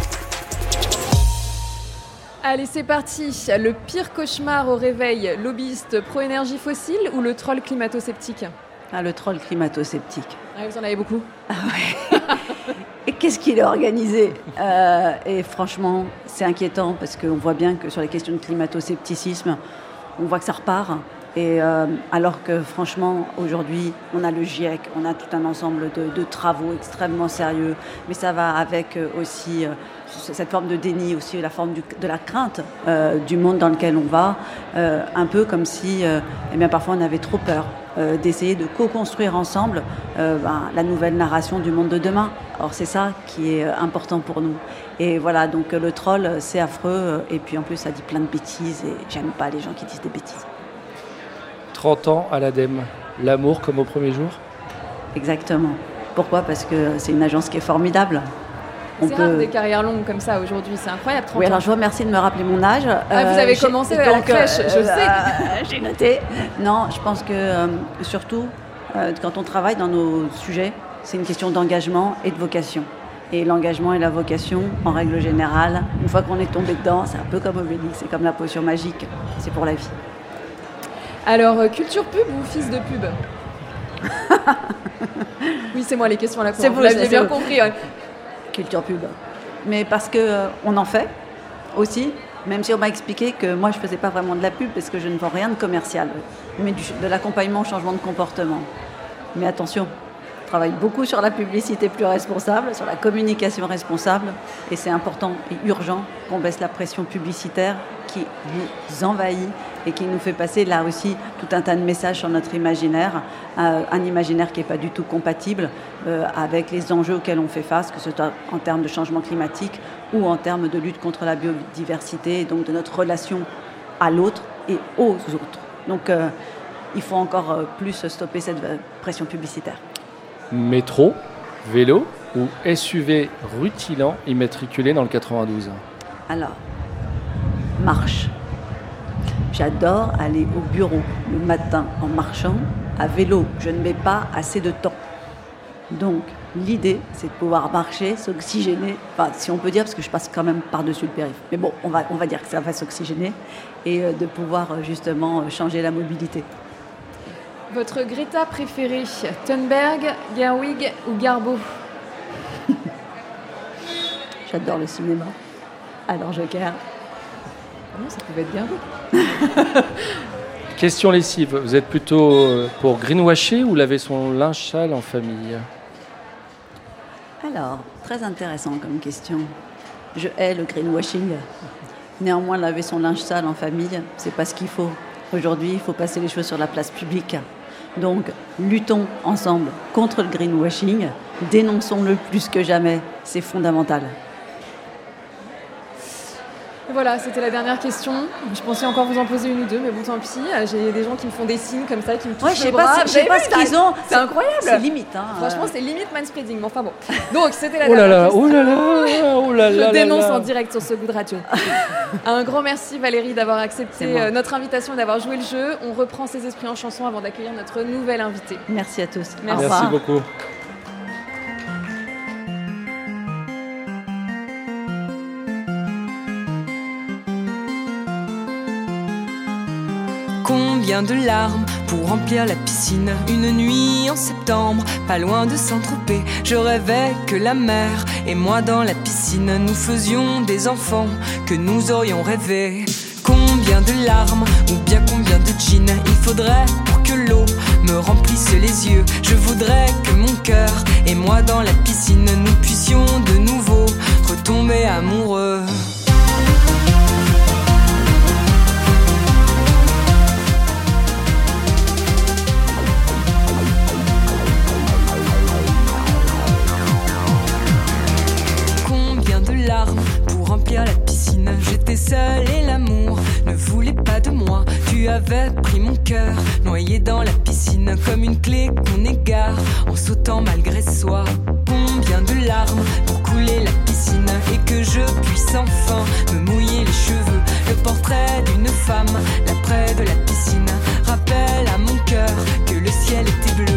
Allez, c'est parti. Le pire cauchemar au réveil, lobbyiste pro-énergie fossile ou le troll climato-sceptique? Ah, le troll climato-sceptique. Ah, vous en avez beaucoup. Et qu'est-ce qu'il a organisé Euh, Et franchement, c'est inquiétant parce qu'on voit bien que sur les questions de climato-scepticisme, on voit que ça repart. Et euh, alors que franchement, aujourd'hui, on a le GIEC, on a tout un ensemble de, de travaux extrêmement sérieux, mais ça va avec euh, aussi euh, cette forme de déni, aussi la forme du, de la crainte euh, du monde dans lequel on va, euh, un peu comme si, euh, eh bien, parfois on avait trop peur euh, d'essayer de co-construire ensemble euh, ben, la nouvelle narration du monde de demain. Or c'est ça qui est euh, important pour nous. Et voilà, donc euh, le troll, euh, c'est affreux, euh, et puis en plus ça dit plein de bêtises, et j'aime pas les gens qui disent des bêtises. trente ans à l'ADEME. L'amour comme au premier jour? Exactement. Pourquoi? Parce que c'est une agence qui est formidable. On C'est rare des carrières longues comme ça aujourd'hui, c'est incroyable. trente Oui, alors ans. je vous remercie de me rappeler mon âge. Ah, vous avez j'ai- commencé à la crèche, je sais. euh, j'ai noté. Non, je pense que euh, surtout, euh, quand on travaille dans nos sujets, c'est une question d'engagement et de vocation. Et l'engagement et la vocation, en règle générale, une fois qu'on est tombé dedans, c'est un peu comme Obélix, c'est comme la potion magique, c'est pour la vie. Alors, euh, culture pub ou fils de pub? Oui, c'est moi les questions à la con. C'est Vous vous, l'aviez c'est bien vous. compris. Ouais. Culture pub. Mais parce que euh, on en fait aussi, même si on m'a expliqué que moi je faisais pas vraiment de la pub parce que je ne vends rien de commercial, mais du- de l'accompagnement au changement de comportement. Mais attention, on travaille beaucoup sur la publicité plus responsable, sur la communication responsable, et c'est important et urgent qu'on baisse la pression publicitaire qui nous envahit et qui nous fait passer là aussi tout un tas de messages sur notre imaginaire, euh, un imaginaire qui n'est pas du tout compatible euh, avec les enjeux auxquels on fait face, que ce soit en termes de changement climatique ou en termes de lutte contre la biodiversité, et donc de notre relation à l'autre et aux autres. Donc euh, il faut encore euh, plus stopper cette euh, pression publicitaire. Métro, vélo ou S U V rutilant immatriculé dans le quatre-vingt-douze? Alors, marche. J'adore aller au bureau le matin en marchant. À vélo, je ne mets pas assez de temps. Donc, l'idée, c'est de pouvoir marcher, s'oxygéner. Enfin, si on peut dire, parce que je passe quand même par-dessus le périph'. Mais bon, on va, on va dire que ça va s'oxygéner et euh, de pouvoir euh, justement euh, changer la mobilité. Votre Greta préférée, Thunberg, Gerwig ou Garbo? J'adore le cinéma. Alors Joker. Ah non, ça pouvait être Gerwig. Question lessive, vous êtes plutôt pour greenwasher ou laver son linge sale en famille? Alors, très intéressant comme question. Je hais le greenwashing. Néanmoins, laver son linge sale en famille, c'est pas ce qu'il faut. Aujourd'hui, il faut passer les choses sur la place publique. Donc, luttons ensemble contre le greenwashing, dénonçons-le plus que jamais, c'est fondamental. Voilà, c'était la dernière question. Je pensais encore vous en poser une ou deux, mais bon, tant pis. J'ai des gens qui me font des signes comme ça, qui me touchent Ouais, je sais le bras. pas, je sais pas ce qu'ils ont. C'est incroyable. C'est limite. Hein, Franchement, c'est limite manspreading. Mais enfin bon. Donc, c'était la Oh là dernière là, question. oh là là, oh là là. Je dénonce là là. en direct sur ce goût de radio. Un grand merci Valérie d'avoir accepté euh, notre invitation et d'avoir joué le jeu. On reprend ses esprits en chanson avant d'accueillir notre nouvelle invitée. Merci à tous. Merci. Merci beaucoup. Combien de larmes pour remplir la piscine. Une nuit en septembre, pas loin de Saint-Tropez. Je rêvais que la mer et moi dans la piscine, nous faisions des enfants que nous aurions rêvé. Combien de larmes ou bien combien de gin il faudrait pour que l'eau me remplisse les yeux. Je voudrais que mon cœur et moi dans la piscine, nous puissions de nouveau retomber amoureux. Pour remplir la piscine, j'étais seule et l'amour ne voulait pas de moi. Tu avais pris mon cœur, noyé dans la piscine, comme une clé qu'on égare en sautant malgré soi. Combien de larmes pour couler la piscine et que je puisse enfin me mouiller les cheveux. Le portrait d'une femme, l'après de la piscine, rappelle à mon cœur que le ciel était bleu.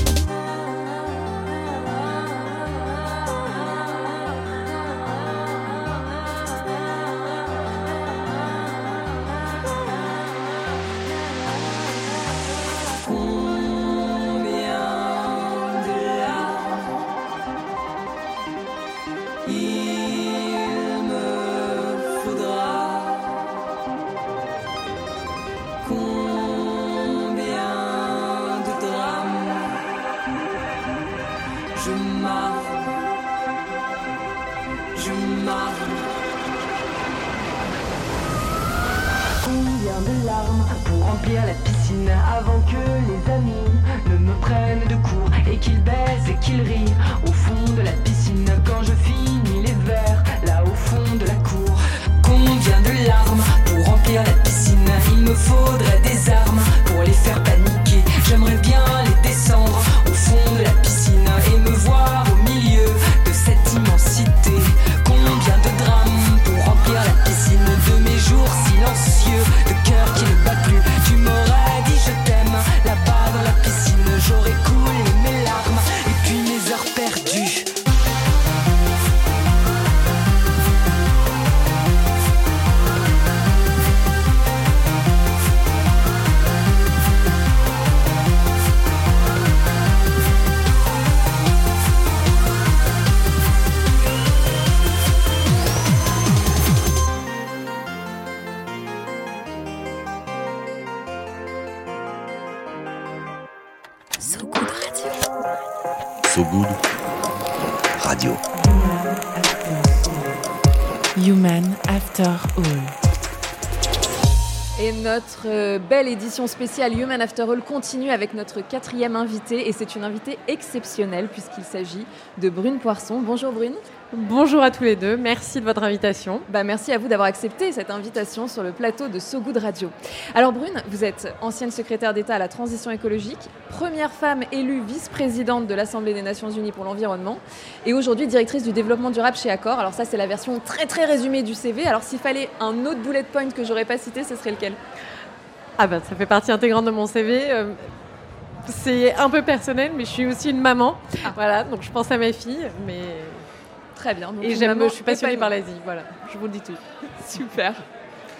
So Good Radio. Human After All. Et notre euh, belle édition spéciale Human After All continue avec notre quatrième invitée. Et c'est une invitée exceptionnelle puisqu'il s'agit de Brune Poirson. Bonjour Brune. Bonjour à tous les deux, merci de votre invitation. Bah, merci à vous d'avoir accepté cette invitation sur le plateau de So Good Radio. Alors Brune, vous êtes ancienne secrétaire d'État à la transition écologique, première femme élue vice-présidente de l'Assemblée des Nations Unies pour l'environnement et aujourd'hui directrice du développement durable chez Accor. Alors ça c'est la version très très résumée du C V. Alors s'il fallait un autre bullet point que j'aurais pas cité, ce serait lequel ? Ah ben ça fait partie intégrante de mon C V. Euh, c'est un peu personnel mais je suis aussi une maman. Ah. Voilà, donc je pense à ma fille mais... Très bien. Donc et j'aime, je suis passionnée par l'Asie, voilà, je vous le dis tout. Super.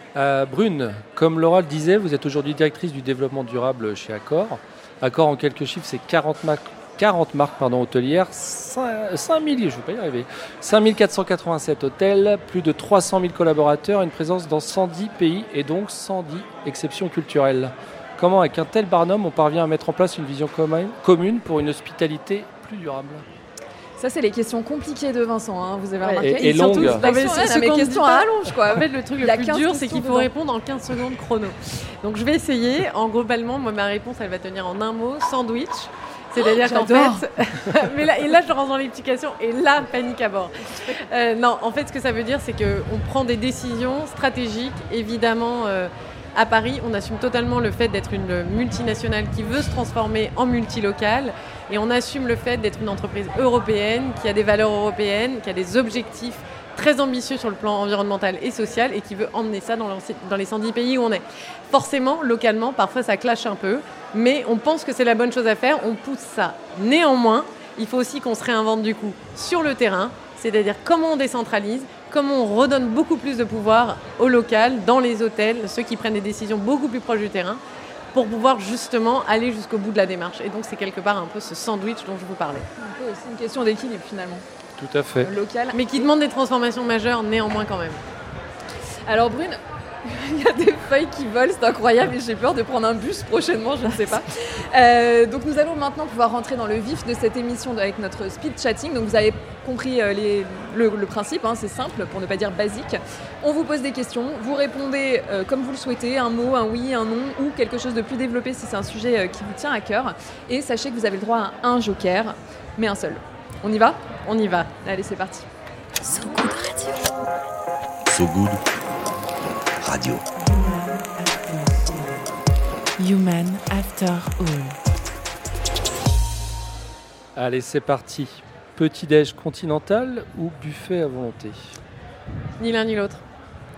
Euh, Brune, comme Laura le disait, vous êtes aujourd'hui directrice du développement durable chez Accor. Accor, en quelques chiffres, c'est quarante marques, quarante marques pardon, hôtelières, cinq mille, je ne vais pas y arriver, cinq mille quatre cent quatre-vingt-sept hôtels, plus de trois cent mille collaborateurs, une présence dans cent dix pays et donc cent dix exceptions culturelles. Comment, avec un tel barnum, on parvient à mettre en place une vision commune pour une hospitalité plus durable ? Ça, c'est les questions compliquées de Vincent, hein, vous avez remarqué. Et, et longues. Surtout, Non, mais c'est ce mes qu'on questions dit pas, à rallonge, quoi. En fait, le truc Il y a le plus quinze dur, c'est questions qu'il faut dedans. répondre en quinze secondes chrono. Donc, je vais essayer. En globalement, moi, ma réponse, elle va tenir en un mot, sandwich. C'est-à-dire Oh, qu'en fait... mais là, et là, je rentre dans l'explication, et là, panique à bord. Euh, non, en fait, ce que ça veut dire, c'est qu'on prend des décisions stratégiques, évidemment... Euh, À Paris, on assume totalement le fait d'être une multinationale qui veut se transformer en multilocale et on assume le fait d'être une entreprise européenne qui a des valeurs européennes, qui a des objectifs très ambitieux sur le plan environnemental et social et qui veut emmener ça dans, dans les cent dix pays où on est. Forcément, localement, parfois ça clash un peu, mais on pense que c'est la bonne chose à faire, on pousse ça. Néanmoins, il faut aussi qu'on se réinvente du coup sur le terrain, c'est-à-dire comment on décentralise, comment on redonne beaucoup plus de pouvoir au local, dans les hôtels, ceux qui prennent des décisions beaucoup plus proches du terrain, pour pouvoir justement aller jusqu'au bout de la démarche. Et donc c'est quelque part un peu ce sandwich dont je vous parlais. Un peu aussi une question d'équilibre finalement. Tout à fait. Local. Mais qui demande des transformations majeures néanmoins quand même. Alors Brune, il y a des feuilles qui volent, c'est incroyable et j'ai peur de prendre un bus prochainement, je ne sais pas. Euh, donc nous allons maintenant pouvoir rentrer dans le vif de cette émission avec notre speed chatting. Donc vous avez compris euh, les, le, le principe, hein, c'est simple pour ne pas dire basique. On vous pose des questions, vous répondez euh, comme vous le souhaitez, un mot, un oui, un non ou quelque chose de plus développé si c'est un sujet euh, qui vous tient à cœur. Et sachez que vous avez le droit à un joker, mais un seul. On y va ? On y va. Allez, c'est parti. So Good Radio. So Good Radio. Human After All. Allez, c'est parti. Petit-déj continental ou buffet à volonté ? Ni l'un ni l'autre. Pourquoi ?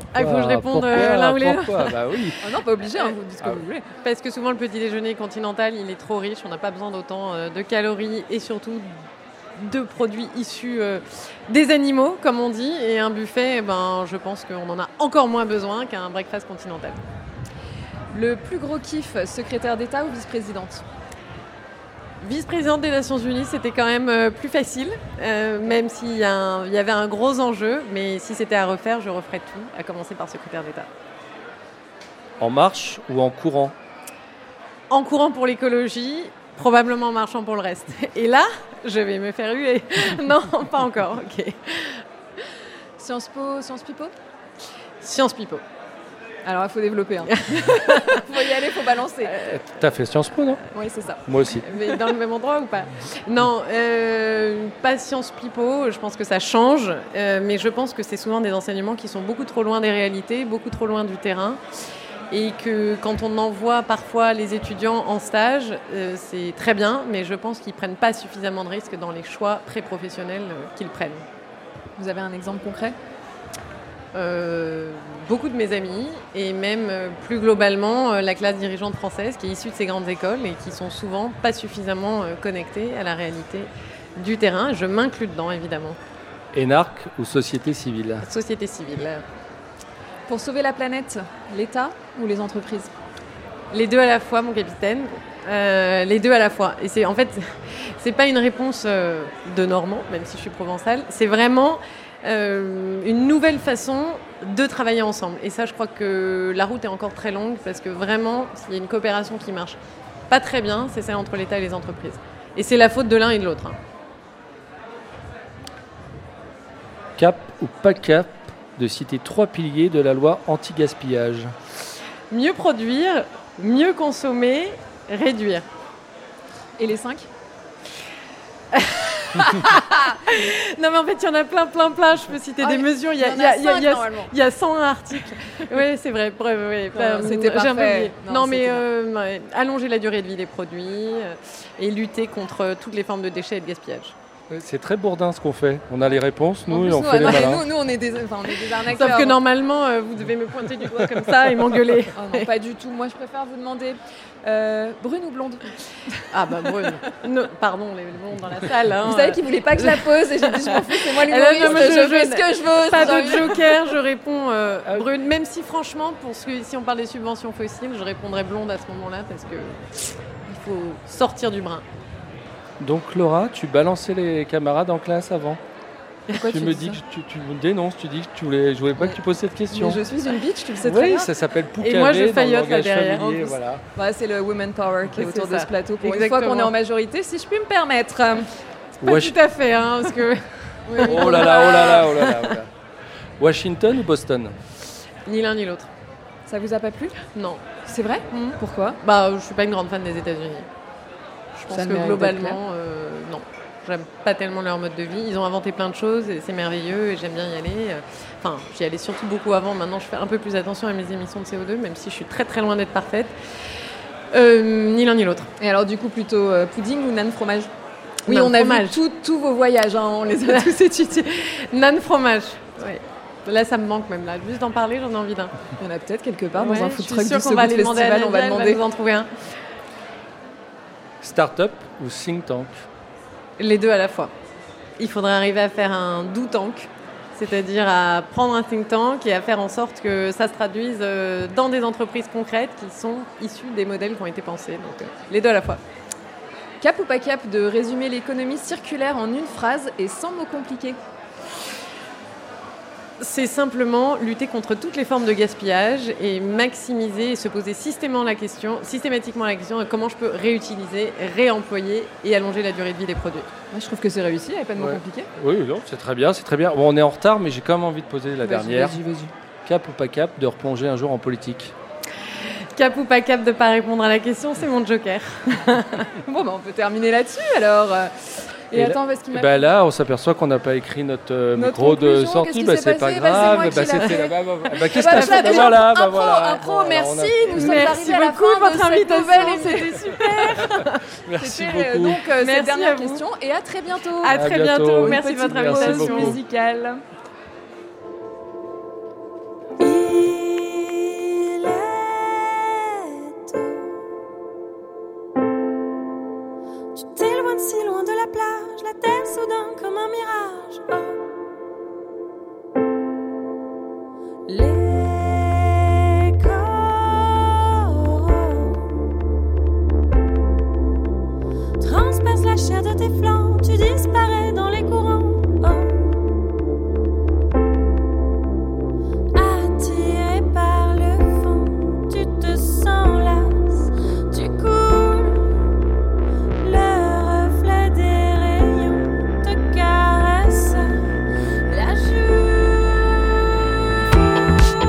Ah, il faut que je réponde Pourquoi euh, l'un ou les Pourquoi ? Bah oui. Ah non, pas obligé, hein, vous dites ce que Ah vous voulez. Parce que souvent le petit déjeuner continental, il est trop riche, on n'a pas besoin d'autant euh, de calories et surtout de produits issus euh, des animaux, comme on dit. Et un buffet, eh ben, je pense qu'on en a encore moins besoin qu'un breakfast continental. Le plus gros kiff, secrétaire d'État ou vice-présidente ? Vice-présidente des Nations Unies, c'était quand même euh, plus facile, euh, même s'il y, a un- il y avait un gros enjeu. Mais si c'était à refaire, je referais tout, à commencer par secrétaire d'État. En marche ou en courant ? En courant pour l'écologie, probablement en marchant pour le reste. Et là, je vais me faire huer. Non, pas encore, ok. Sciences Po, Sciences Pipo ? Sciences Pipo. Alors il faut développer. Hein. Faut y aller, faut balancer. T'as fait Sciences Po, non ? Oui, c'est ça. Moi aussi. Mais dans le même endroit ou pas ? Non, euh, pas Sciences Pipo, je pense que ça change, euh, mais je pense que c'est souvent des enseignements qui sont beaucoup trop loin des réalités, beaucoup trop loin du terrain, et que quand on envoie parfois les étudiants en stage, euh, c'est très bien, mais je pense qu'ils ne prennent pas suffisamment de risques dans les choix pré-professionnels euh, qu'ils prennent. Vous avez un exemple concret ? Euh, beaucoup de mes amis et même euh, plus globalement euh, la classe dirigeante française qui est issue de ces grandes écoles et qui sont souvent pas suffisamment euh, connectés à la réalité du terrain. Je m'inclus dedans évidemment. Énarque ou société civile ? Société civile. Pour sauver la planète, l'État ou les entreprises ? Les deux à la fois, mon capitaine. Euh, les deux à la fois. Et c'est en fait, c'est pas une réponse euh, de Normand, même si je suis provençale. C'est vraiment euh, une nouvelle façon de travailler ensemble. Et ça, je crois que la route est encore très longue parce que vraiment, s'il y a une coopération qui marche pas très bien, c'est celle entre l'État et les entreprises. Et c'est la faute de l'un et de l'autre. Hein. Cap ou pas cap de citer trois piliers de la loi anti-gaspillage ? Mieux produire, mieux consommer, réduire. Et les cinq ? Non mais en fait il y en a plein plein plein, je peux citer Ah, des mesures, il y a, il y en a il y a- cinq, il y a- normalement. il y a cent un articles. Oui c'est vrai, bref, oui, Non, c'était j'ai un peu parfait. oublié. Non, Non, mais c'était euh, ouais, allonger la durée de vie des produits euh, et lutter contre toutes les formes de déchets et de gaspillage. C'est très bourdin ce qu'on fait. On a les réponses, nous, plus, et on nous, fait les non, mais malins. nous, nous, on est des, enfin, on est des arnaqueurs. Sauf que normalement, euh, vous devez me pointer du doigt comme ça et m'engueuler. Oh non, pas du tout. Moi, je préfère vous demander euh, brune ou blonde. Ah bah brune. Non, pardon, les blondes dans la salle. Hein, Vous savez qu'il voulait pas que je la pose et j'ai dit je m'en fous, c'est moi Elle a- l'humoriste, non, mais je, fais ce que je veux. Pas c'est de genre- joker, je réponds euh, brune. Même si franchement, pour ce que, si on parle des subventions fossiles, je répondrais blonde à ce moment-là parce que il faut sortir du brun. Donc Laura, tu balançais les camarades en classe avant. Pourquoi tu tu me dis dis ça que tu, tu me dénonces, tu dis que tu voulais, je voulais pas que tu poses cette question. Mais je suis une bitch, tu le sais très Oui, bien. ça s'appelle poucaver Et moi, je dans le faillote là langage derrière, familier, en plus. voilà. Ouais, c'est le women power qui est Ouais, autour c'est de ça. ce plateau. Pour une Exactement. fois qu'on est en majorité, si je puis me permettre. Pas Wash- tout à fait, hein, parce que Oh là là, oh là là, oh là là, oh là. Washington ou Boston? ni l'un ni l'autre. Ça vous a pas plu? Non. C'est vrai? Mhm. Pourquoi? Bah, je suis pas une grande fan des États-Unis. Je pense Ça que mérite globalement, d'être clair. euh, non. J'aime pas tellement leur mode de vie. Ils ont inventé plein de choses et c'est merveilleux et j'aime bien y aller. Enfin, j'y allais surtout beaucoup avant. Maintenant, je fais un peu plus attention à mes émissions de C O deux, même si je suis très très loin d'être parfaite. Euh, ni l'un ni l'autre. Et alors, du coup, plutôt euh, pudding ou nan fromage? Oui, Nan on a fromage. vu tout- tous vos voyages, hein, on les a tous étudiés. Nan fromage. Ouais. Là, ça me manque même là. Juste d'en parler, j'en ai envie d'un. Il y en a peut-être quelque part Ouais, dans un je food suis truck sûre du qu'on va Sogood aller demander à Festival, on va Nadia, elle demander. nous en trouver un. Start-up ou think tank? Les deux à la fois. Il faudrait arriver à faire un do tank, c'est-à-dire à prendre un think tank et à faire en sorte que ça se traduise euh, dans des entreprises concrètes qui sont issues des modèles qui ont été pensés. Donc euh, les deux à la fois. Cap ou pas cap de résumer l'économie circulaire en une phrase et sans mots compliqués? C'est simplement lutter contre toutes les formes de gaspillage et maximiser et se poser systématiquement la question, systématiquement la question de comment je peux réutiliser, réemployer et allonger la durée de vie des produits. Moi, je trouve que c'est réussi, il n'y a pas de mots Ouais. compliqués. Oui, non, c'est très bien, c'est très bien. Bon, on est en retard, mais j'ai quand même envie de poser la Vas-y, dernière. Vas-y, vas-y. Cap ou pas cap de replonger un jour en politique? Cap ou pas cap de pas répondre à la question, c'est mon joker. Bon, bah, on peut terminer là-dessus alors. Et, Et attends, là, parce qu'il m'a. Bah là, on s'aperçoit qu'on n'a pas écrit notre, euh, Notre micro de conclusion, sortie. qu'est-ce Bah qui c'est s'est pas passé Bah, c'est grave. moi Bah, qui l'ai c'était fait. là-bas. Bah, bah, Eh qu'est-ce bah, que t'as déjà, fait Bah, déjà, voilà, un bah pro, voilà. un pro, Voilà, merci. on a- Nous sommes Merci arrivés à la beaucoup fin de votre cette invitation, nouvelle c'était super. Merci C'était euh, beaucoup. donc euh, Merci cette dernière à vous. question et à très bientôt. À À très bientôt. bientôt. Une Merci de Petite votre Merci invitation. beaucoup. musicale. Tu t'éloignes si loin de la plage, la terre soudain comme un mirage. Oh. Les coraux transpercent la chair de tes flancs, tu disparais dans les courants. Oh. Attiré par le fond, tu te sens lasse, tu coules. Le reflet des rayons te caresse la joue.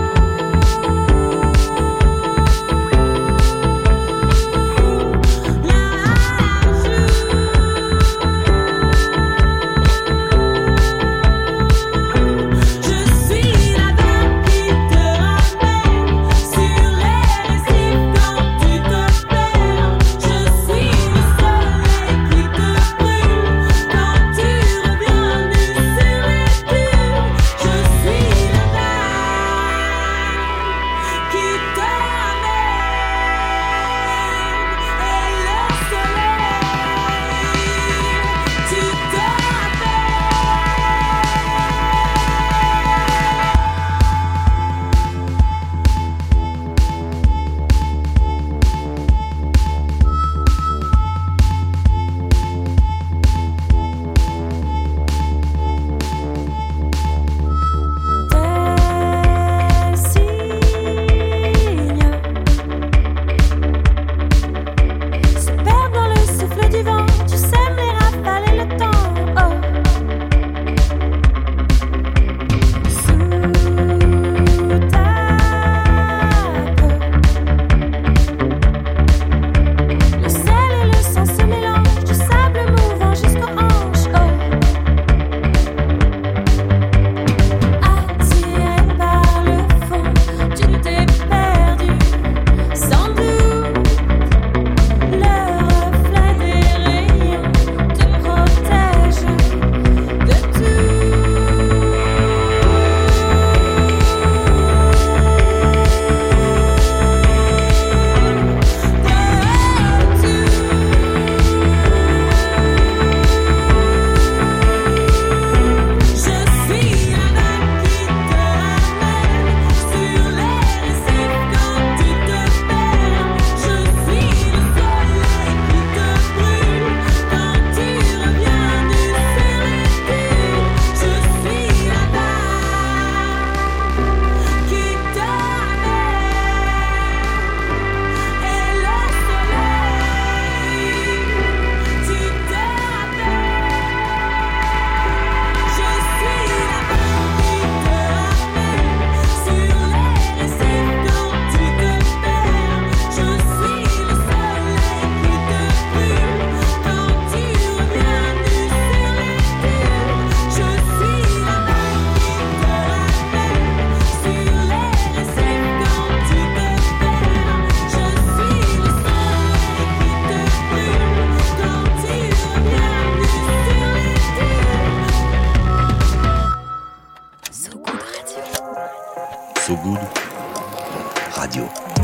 So Good Radio.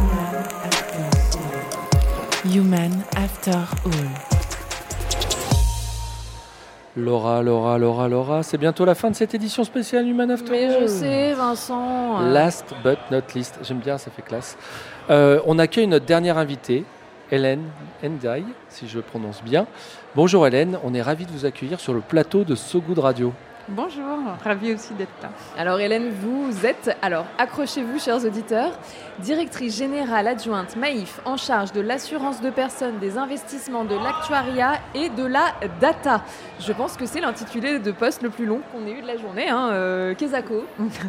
Human After All. Laura, Laura, Laura, Laura, c'est bientôt la fin de cette édition spéciale Human After Mais All. je sais, Vincent. Last but not least, j'aime bien, ça fait classe. Euh, on accueille notre dernière invitée, Hélène Ndiaye, si je le prononce bien. Bonjour Hélène, on est ravis de vous accueillir sur le plateau de So Good Radio. Bonjour, ravi aussi d'être là. Alors Hélène, vous êtes, alors accrochez-vous chers auditeurs, directrice générale adjointe Maïf en charge de l'assurance de personnes, des investissements, de l'actuariat et de la data. Je pense que c'est l'intitulé de poste le plus long qu'on ait eu de la journée, hein, euh, Kesako.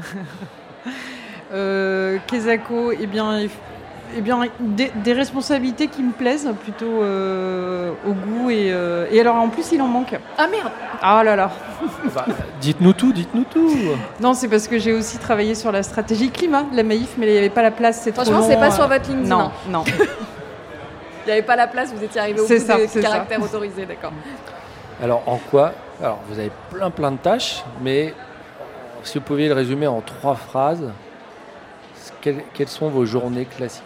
euh, Kesako, eh bien... Eh bien, des, des responsabilités qui me plaisent plutôt euh, au goût et, euh, et alors en plus il en manque. Ah merde. Ah là là. Bah, dites-nous tout, dites-nous tout. Non, c'est parce que j'ai aussi travaillé sur la stratégie climat de la Maïf, mais il n'y avait pas la place. C'est Franchement, trop long, c'est pas euh... sur votre LinkedIn. Non, non. Il n'y avait pas la place, vous étiez arrivé au c'est bout ça, des c'est caractères ça. autorisés, d'accord. Alors en quoi? Alors vous avez plein plein de tâches, mais si vous pouviez le résumer en trois phrases, quelles, quelles sont vos journées classiques?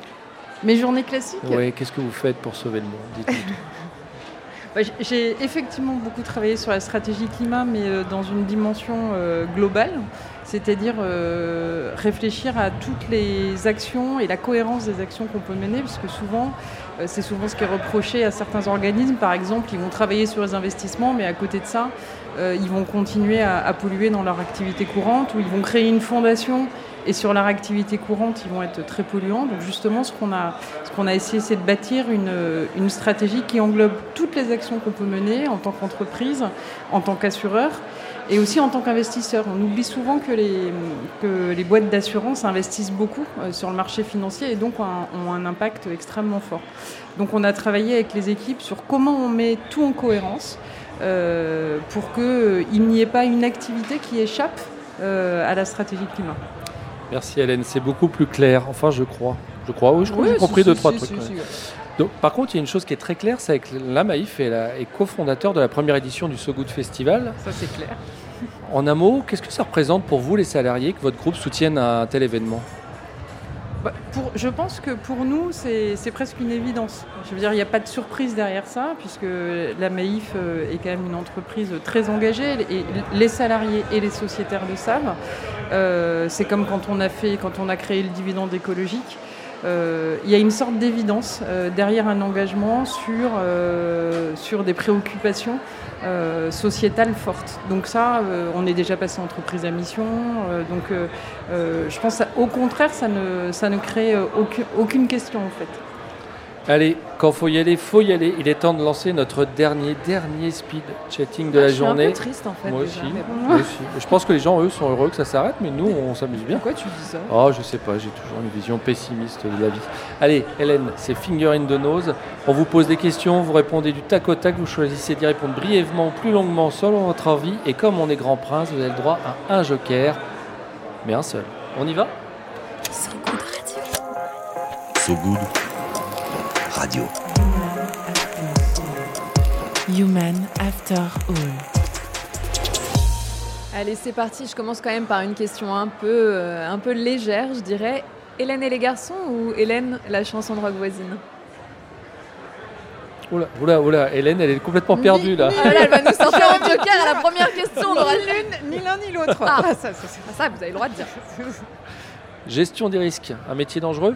Mes journées classiques? Oui, qu'est-ce que vous faites pour sauver le monde? Dites-nous tout. Bah, j'ai effectivement beaucoup travaillé sur la stratégie climat, mais euh, dans une dimension euh, globale, c'est-à-dire euh, réfléchir à toutes les actions et la cohérence des actions qu'on peut mener, parce que souvent, euh, c'est souvent ce qui est reproché à certains organismes. Par exemple, ils vont travailler sur les investissements, mais à côté de ça, euh, ils vont continuer à, à polluer dans leur activité courante, ou ils vont créer une fondation. Et sur leur activité courante, ils vont être très polluants. Donc justement, ce qu'on a, ce qu'on a essayé, c'est de bâtir une, une stratégie qui englobe toutes les actions qu'on peut mener en tant qu'entreprise, en tant qu'assureur et aussi en tant qu'investisseur. On oublie souvent que les, que les boîtes d'assurance investissent beaucoup sur le marché financier et donc ont un impact extrêmement fort. Donc on a travaillé avec les équipes sur comment on met tout en cohérence euh, pour qu'il n'y ait pas une activité qui échappe euh, à la stratégie climat. Merci Hélène, c'est beaucoup plus clair, enfin je crois. Je crois, oui, je crois oui, que j'ai compris si, deux, si, trois si, trucs. Si, ouais. si. Donc, par contre, il y a une chose qui est très claire, c'est que la Maïf est, la, est cofondateur de la première édition du So Good Festival. Ça c'est clair. En un mot, qu'est-ce que ça représente pour vous les salariés que votre groupe soutienne un tel événement? Bah, pour, je pense que pour nous, c'est presque une évidence. Je veux dire, il n'y a pas de surprise derrière ça, puisque la Maïf euh, est quand même une entreprise très engagée, et les salariés et les sociétaires le savent. Euh, c'est comme quand on a fait, quand on a créé le dividende écologique. Euh, il y a une sorte d'évidence euh, derrière un engagement sur, euh, sur des préoccupations euh, sociétales fortes. Donc ça, euh, on est déjà passé entreprise à mission. Euh, donc euh, euh, je pense qu'au contraire, ça ne, ça ne crée aucune, aucune question en fait. Allez, quand il faut y aller, il faut y aller. Il est temps de lancer notre dernier, dernier speed chatting de ah, la je journée. Je suis un peu triste en fait. Moi déjà, aussi. Bon. Moi aussi. Je pense que les gens, eux, sont heureux que ça s'arrête, mais nous, on s'amuse bien. Pourquoi tu dis ça? Oh, je sais pas, j'ai toujours une vision pessimiste de la vie. Allez, Hélène, c'est Finger in the Nose. On vous pose des questions, vous répondez du tac au tac, vous choisissez d'y répondre brièvement ou plus longuement selon votre envie. Et comme on est grand prince, vous avez le droit à un joker, mais un seul. On y va? So Good Radio. So Good Radio. Human After All. Allez, c'est parti. Je commence quand même par une question un peu, euh, un peu légère, je dirais. Hélène et les garçons ou Hélène, la chanson de rock voisine? Oula, oula, oula, Hélène, elle est complètement perdue là. Ah là, elle va nous sortir un joker à la première question. On aura Ni l'un ni l'autre. Ah, ah, ça, ça, ça, vous avez le droit de dire. Gestion des risques, un métier dangereux?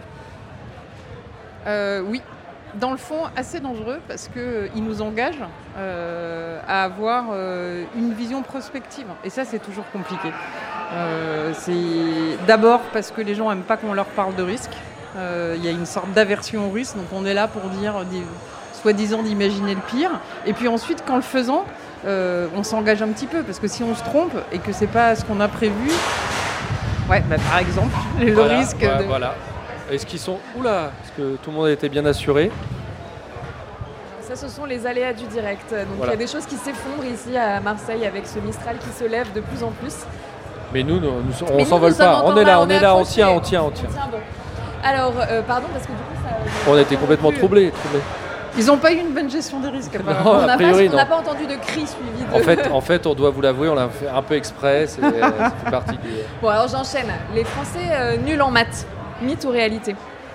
euh, Oui. Dans le fond, assez dangereux parce qu'il euh, nous engage euh, à avoir euh, une vision prospective. Et ça, c'est toujours compliqué. Euh, c'est d'abord parce que les gens n'aiment pas qu'on leur parle de risque. Il euh, y a une sorte d'aversion au risque. Donc on est là pour dire, soi-disant, d'imaginer le pire. Et puis ensuite, qu'en le faisant, euh, on s'engage un petit peu. Parce que si on se trompe et que c'est pas ce qu'on a prévu, ouais, bah, par exemple, le voilà, risque ouais, de... Voilà. Est-ce qu'ils sont... Oula, est-ce que tout le monde était bien assuré? Ça, ce sont les aléas du direct. Donc voilà. Il y a des choses qui s'effondrent ici à Marseille avec ce Mistral qui se lève de plus en plus. Mais nous, nous, nous on s'envole pas. On est là, on est là, on tient, on tient, on tient. Bon. Alors, euh, pardon, parce que du coup, ça... On était complètement troublés, troublés. Ils n'ont pas eu une bonne gestion des risques. Non, On a n'a priori, pas, non. on n'a pas entendu de cri suivi de... En fait, en fait, on doit vous l'avouer, on l'a fait un peu exprès, c'est, euh, ça fait partie du... Bon, alors j'enchaîne. Les Français euh, nuls en maths, mythe ou réalité?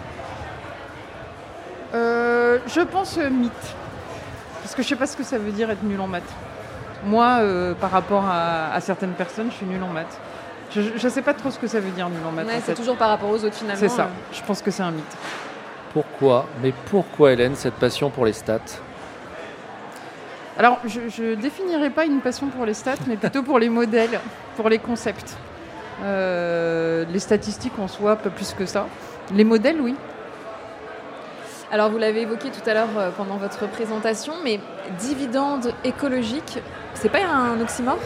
Euh, je pense euh, mythe. Parce que je sais pas ce que ça veut dire être nul en maths. Moi, euh, par rapport à, à certaines personnes, je suis nul en maths. Je, je sais pas trop ce que ça veut dire nul en maths. Ouais, en c'est fait. toujours par rapport aux autres finalement. C'est ça. euh. Je pense que c'est un mythe. Pourquoi, mais pourquoi Hélène, cette passion pour les stats? Alors, je ne définirais pas une passion pour les stats, mais plutôt pour les modèles, pour les concepts. Euh, les statistiques en soi, pas plus que ça. Les modèles, oui. Alors vous l'avez évoqué tout à l'heure euh, pendant votre présentation, mais dividende écologique, c'est pas un oxymore?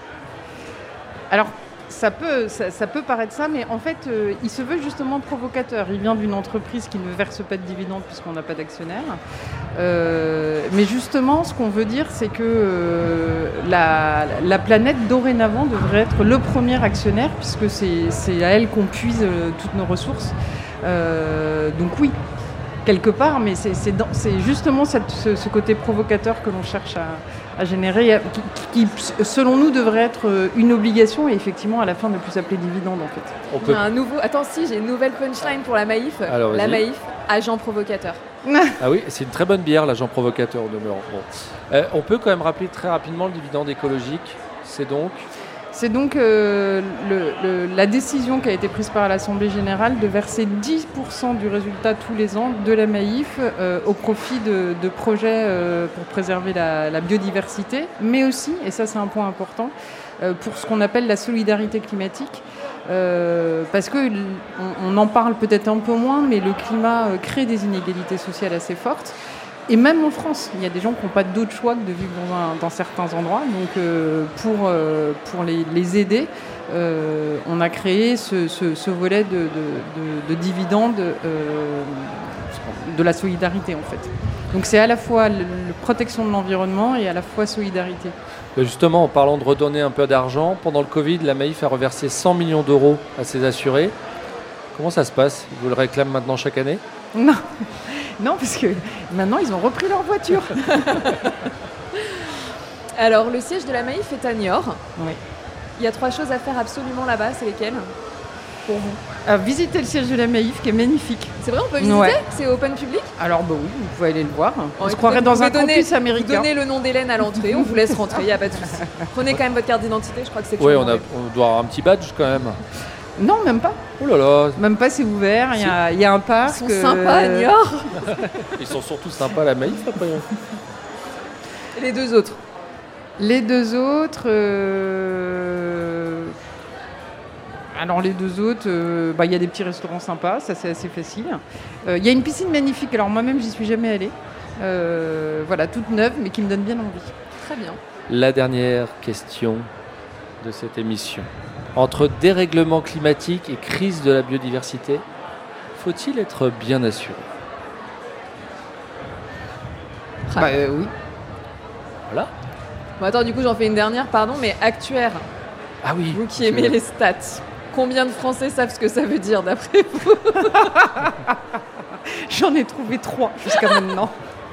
Alors, ça peut, ça, ça peut paraître ça, mais en fait, euh, il se veut justement provocateur. Il vient d'une entreprise qui ne verse pas de dividendes puisqu'on n'a pas d'actionnaire. Euh, mais justement, ce qu'on veut dire, c'est que euh, la, la planète, dorénavant, devrait être le premier actionnaire, puisque c'est, c'est à elle qu'on puise euh, toutes nos ressources. Euh, donc oui, quelque part, mais c'est, c'est, dans, c'est justement cette, ce, ce côté provocateur que l'on cherche à, à générer, qui, qui, selon nous, devrait être une obligation et effectivement, à la fin, ne plus s'appeler dividende, en fait. On peut... Un nouveau... Attends, si, j'ai une nouvelle punchline pour la Maïf. Alors, la vas-y. Maïf, agent provocateur. Ah oui, c'est une très bonne bière, l'agent provocateur au demeurant. Bon. Euh, on peut quand même rappeler très rapidement le dividende écologique. C'est donc... C'est donc euh, le, le, la décision qui a été prise par l'Assemblée générale de verser dix pour cent du résultat tous les ans de la Maïf euh, au profit de, de projets euh, pour préserver la, la biodiversité, mais aussi, et ça c'est un point important, euh, pour ce qu'on appelle la solidarité climatique. Euh, parce qu'on on en parle peut-être un peu moins, mais le climat euh, crée des inégalités sociales assez fortes. Et même en France, il y a des gens qui n'ont pas d'autre choix que de vivre dans, un, dans certains endroits. Donc euh, pour, euh, pour les, les aider, euh, on a créé ce, ce, ce volet de, de, de, de dividendes euh, de la solidarité en fait. Donc c'est à la fois la protection de l'environnement et à la fois solidarité. Justement, en parlant de redonner un peu d'argent, pendant le Covid, la Maïf a reversé cent millions d'euros à ses assurés. Comment ça se passe? Ils vous le réclament maintenant chaque année? Non. Non, parce que maintenant, ils ont repris leur voiture. Alors, le siège de la Maïf est à Niort. Oui. Il y a trois choses à faire absolument là-bas, c'est lesquelles pour vous? À visiter le siège de la Maïf, qui est magnifique. C'est vrai, on peut visiter? Ouais. C'est open public? Alors, bah oui, vous pouvez aller le voir. Bon, on se écoutez, croirait dans vous un pouvez donner- campus américain. Donnez le nom d'Hélène à l'entrée, on vous laisse rentrer, il n'y a pas de souci. Prenez quand même votre carte d'identité, je crois que c'est Oui, tout on, a- on doit avoir un petit badge quand même. Non, même pas. Oh là là. Même pas, c'est ouvert. Il y a, il y a un parc. Ils sont sympas à Niort. Ils sont surtout sympas à la Maïf après. Et les deux autres? Les deux autres. euh, Alors, les deux autres, euh, bah, il y a des petits restaurants sympas, ça c'est assez facile. Euh, Il y a une piscine magnifique, alors moi-même, j'y suis jamais allée. Euh, voilà, toute neuve, mais qui me donne bien envie. Très bien. La dernière question de cette émission. Entre dérèglement climatique et crise de la biodiversité, faut-il être bien assuré? Bah euh, oui. Voilà. Bon, attends, du coup, j'en fais une dernière, pardon, mais actuaire. Ah oui. Vous qui aimez les stats, combien de Français savent ce que ça veut dire d'après vous? J'en ai trouvé trois jusqu'à maintenant.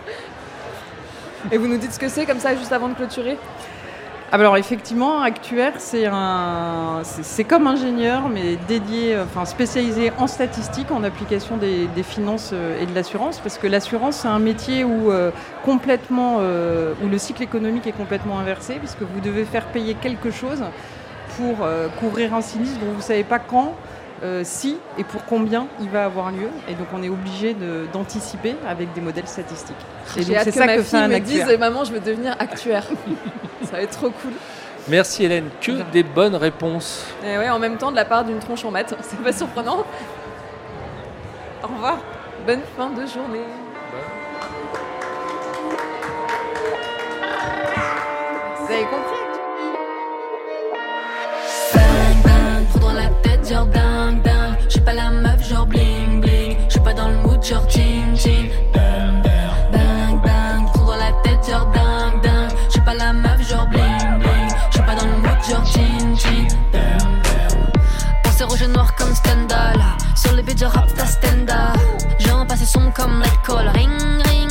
Et vous nous dites ce que c'est, comme ça, juste avant de clôturer? Alors effectivement, actuaire, c'est un, c'est, c'est comme ingénieur, mais dédié, enfin spécialisé en statistique, en application des, des finances euh, et de l'assurance, parce que l'assurance, c'est un métier où euh, complètement, euh, où le cycle économique est complètement inversé, puisque vous devez faire payer quelque chose pour euh, couvrir un sinistre dont vous ne savez pas quand, euh, si et pour combien il va avoir lieu, et donc on est obligé de, d'anticiper avec des modèles statistiques. Et J'ai donc hâte c'est que ça ma que fille fait un me actuaire. dise, maman, je veux devenir actuaire. Ça va être trop cool. Merci Hélène, que des bonnes réponses. Et ouais, en même temps, de la part d'une tronche en maths, c'est pas surprenant. Au revoir. Bonne fin de journée. Vous avez compris? Bang bang, trop dans la tête, genre dingue dingue. J'suis pas la meuf, genre bling bling. J'suis pas dans le mood, genre ching ching. Bang bang, bang bang, trop dans la tête, genre dingue dingue. J'suis pas la meuf, genre bling bling. J'suis pas dans le mood, genre ching ching. Bang bang. Pensée rouge et noir comme Stendhal. Sur les beats, je rappe ta stenda. J'en passé sombre comme l'école. Ring ring, c'est l'heure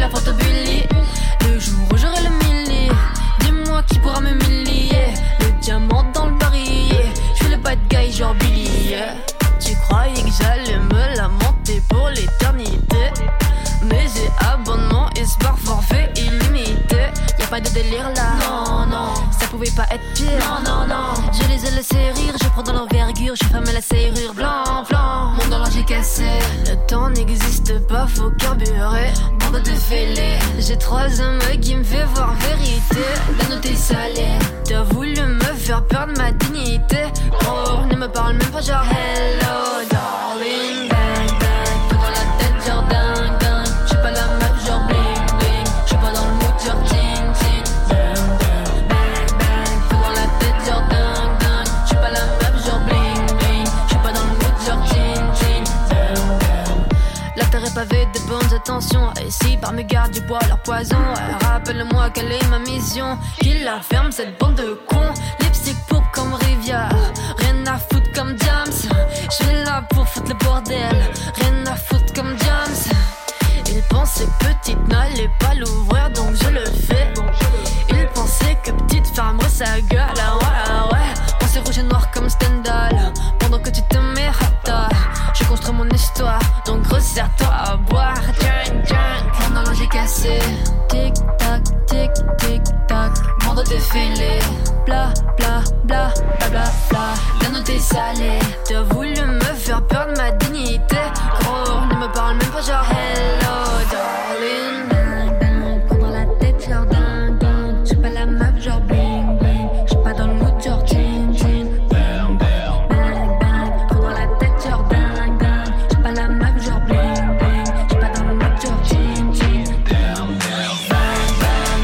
photo Bully. Le jour où j'aurai le milli, dis-moi qui pourra me millier. Le diamant dans le barillet, je suis le bad guy genre Billy. Tu croyais que j'allais me lamenter pour l'éternité, mais j'ai abonnement et sport forfait illimité. Y'a pas de délire là, non, non, ça pouvait pas être pire. Non, non, non, je les ai laissés rire, je prends dans l'envergure, je ferme la serrure, blanc, blanc. Mon dollar j'ai cassé, le temps n'existe pas, faut carburer. Bande de fêlés, j'ai trois hommes qui me fait voir vérité. La note est salée, t'as voulu me faire perdre ma dignité. Oh, ne me parle même pas genre hello, darling. Bang, bang, tout dans la tête genre dingue, dingue. J'suis pas la meuf genre bling, bling. J'suis pas dans le mood genre ting, ting. Bang, bang, bang, bang, tout dans la tête genre dingue, dingue. J'suis pas la meuf genre bling, bling. J'suis pas dans le mood genre ting, ting. Bang, bang. La terre est pavée de bonnes intentions. Ici par mes gardes du bois leur poison. Ouais, rappelle-moi quelle est ma mission. Qu'il la ferme cette bande de cons. Lipstick pourpre comme Rivière. Rien à foutre comme James. J'suis là pour foutre le bordel. Rien à foutre comme James. Il pensait petite n'allait pas l'ouvrir donc je le fais. Il pensait que petite fermerait sa gueule. Ah ouais, ah ouais. Pensée rouge et noir comme Stendhal. Pendant que tu te mets à tard, je construis mon histoire. Donc resserre-toi à boire. Tiens, tiens. Mon horloge est cassé. Tic tac, tic tic tac. Bande défilé. Bla bla bla bla bla bla. La note est salée. T'as voulu me faire perdre ma dignité. Gros, ne me parle même pas genre hello, darling. Bang bang, prendre la tête genre dingue dingue. J'suis pas la meuf genre bling bling. J'suis pas dans le mood genre chin chin. Bang bang, bang bang, prendre la tête genre dingue dingue. J'suis pas la meuf genre bling bling. J'suis pas dans le mood genre chin chin. Bang bang, bang bang,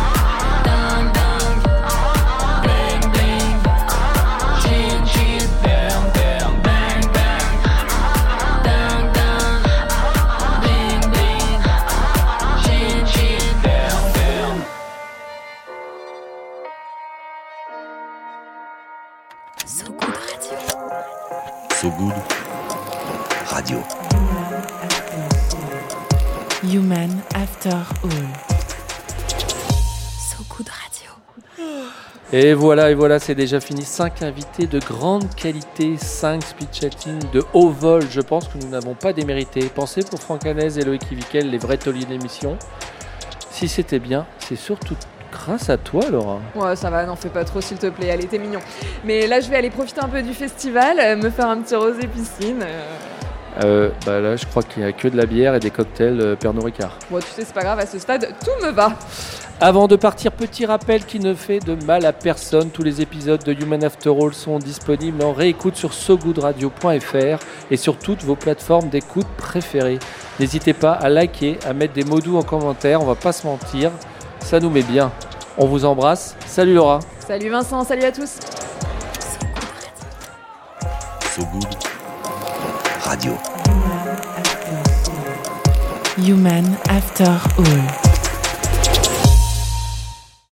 dingue dingue. Bling bling, chin chin. Bang bang, bang bang, dingue dingue. Bling bling, chin chin. Bang bang. So Good Radio. So Good Radio. Human After All. So Good Radio. Et voilà, et voilà, c'est déjà fini. Cinq invités de grande qualité, cinq speed chatting de haut vol. Je pense que nous n'avons pas démérité. Pensez pour Franck Hanez et Loïc Ivikel, les vrais tauliers d'émission. Si c'était bien, c'est surtout grâce à toi, Laura. Ouais, ça va, n'en fais pas trop s'il te plaît, allez, t'es mignon. Mais là, je vais aller profiter un peu du festival, euh, me faire un petit rosé piscine. euh. Euh, bah là, je crois qu'il n'y a que de la bière et des cocktails euh, Pernod Ricard. Bon, tu sais, c'est pas grave, à ce stade, tout me va. Avant de partir, petit rappel qui ne fait de mal à personne. Tous les épisodes de Human After All sont disponibles en réécoute sur so good radio point f r et sur toutes vos plateformes d'écoute préférées. N'hésitez pas à liker, à mettre des mots doux en commentaire, on va pas se mentir, ça nous met bien. On vous embrasse. Salut Laura. Salut Vincent, salut à tous. So Good Radio. Human After All.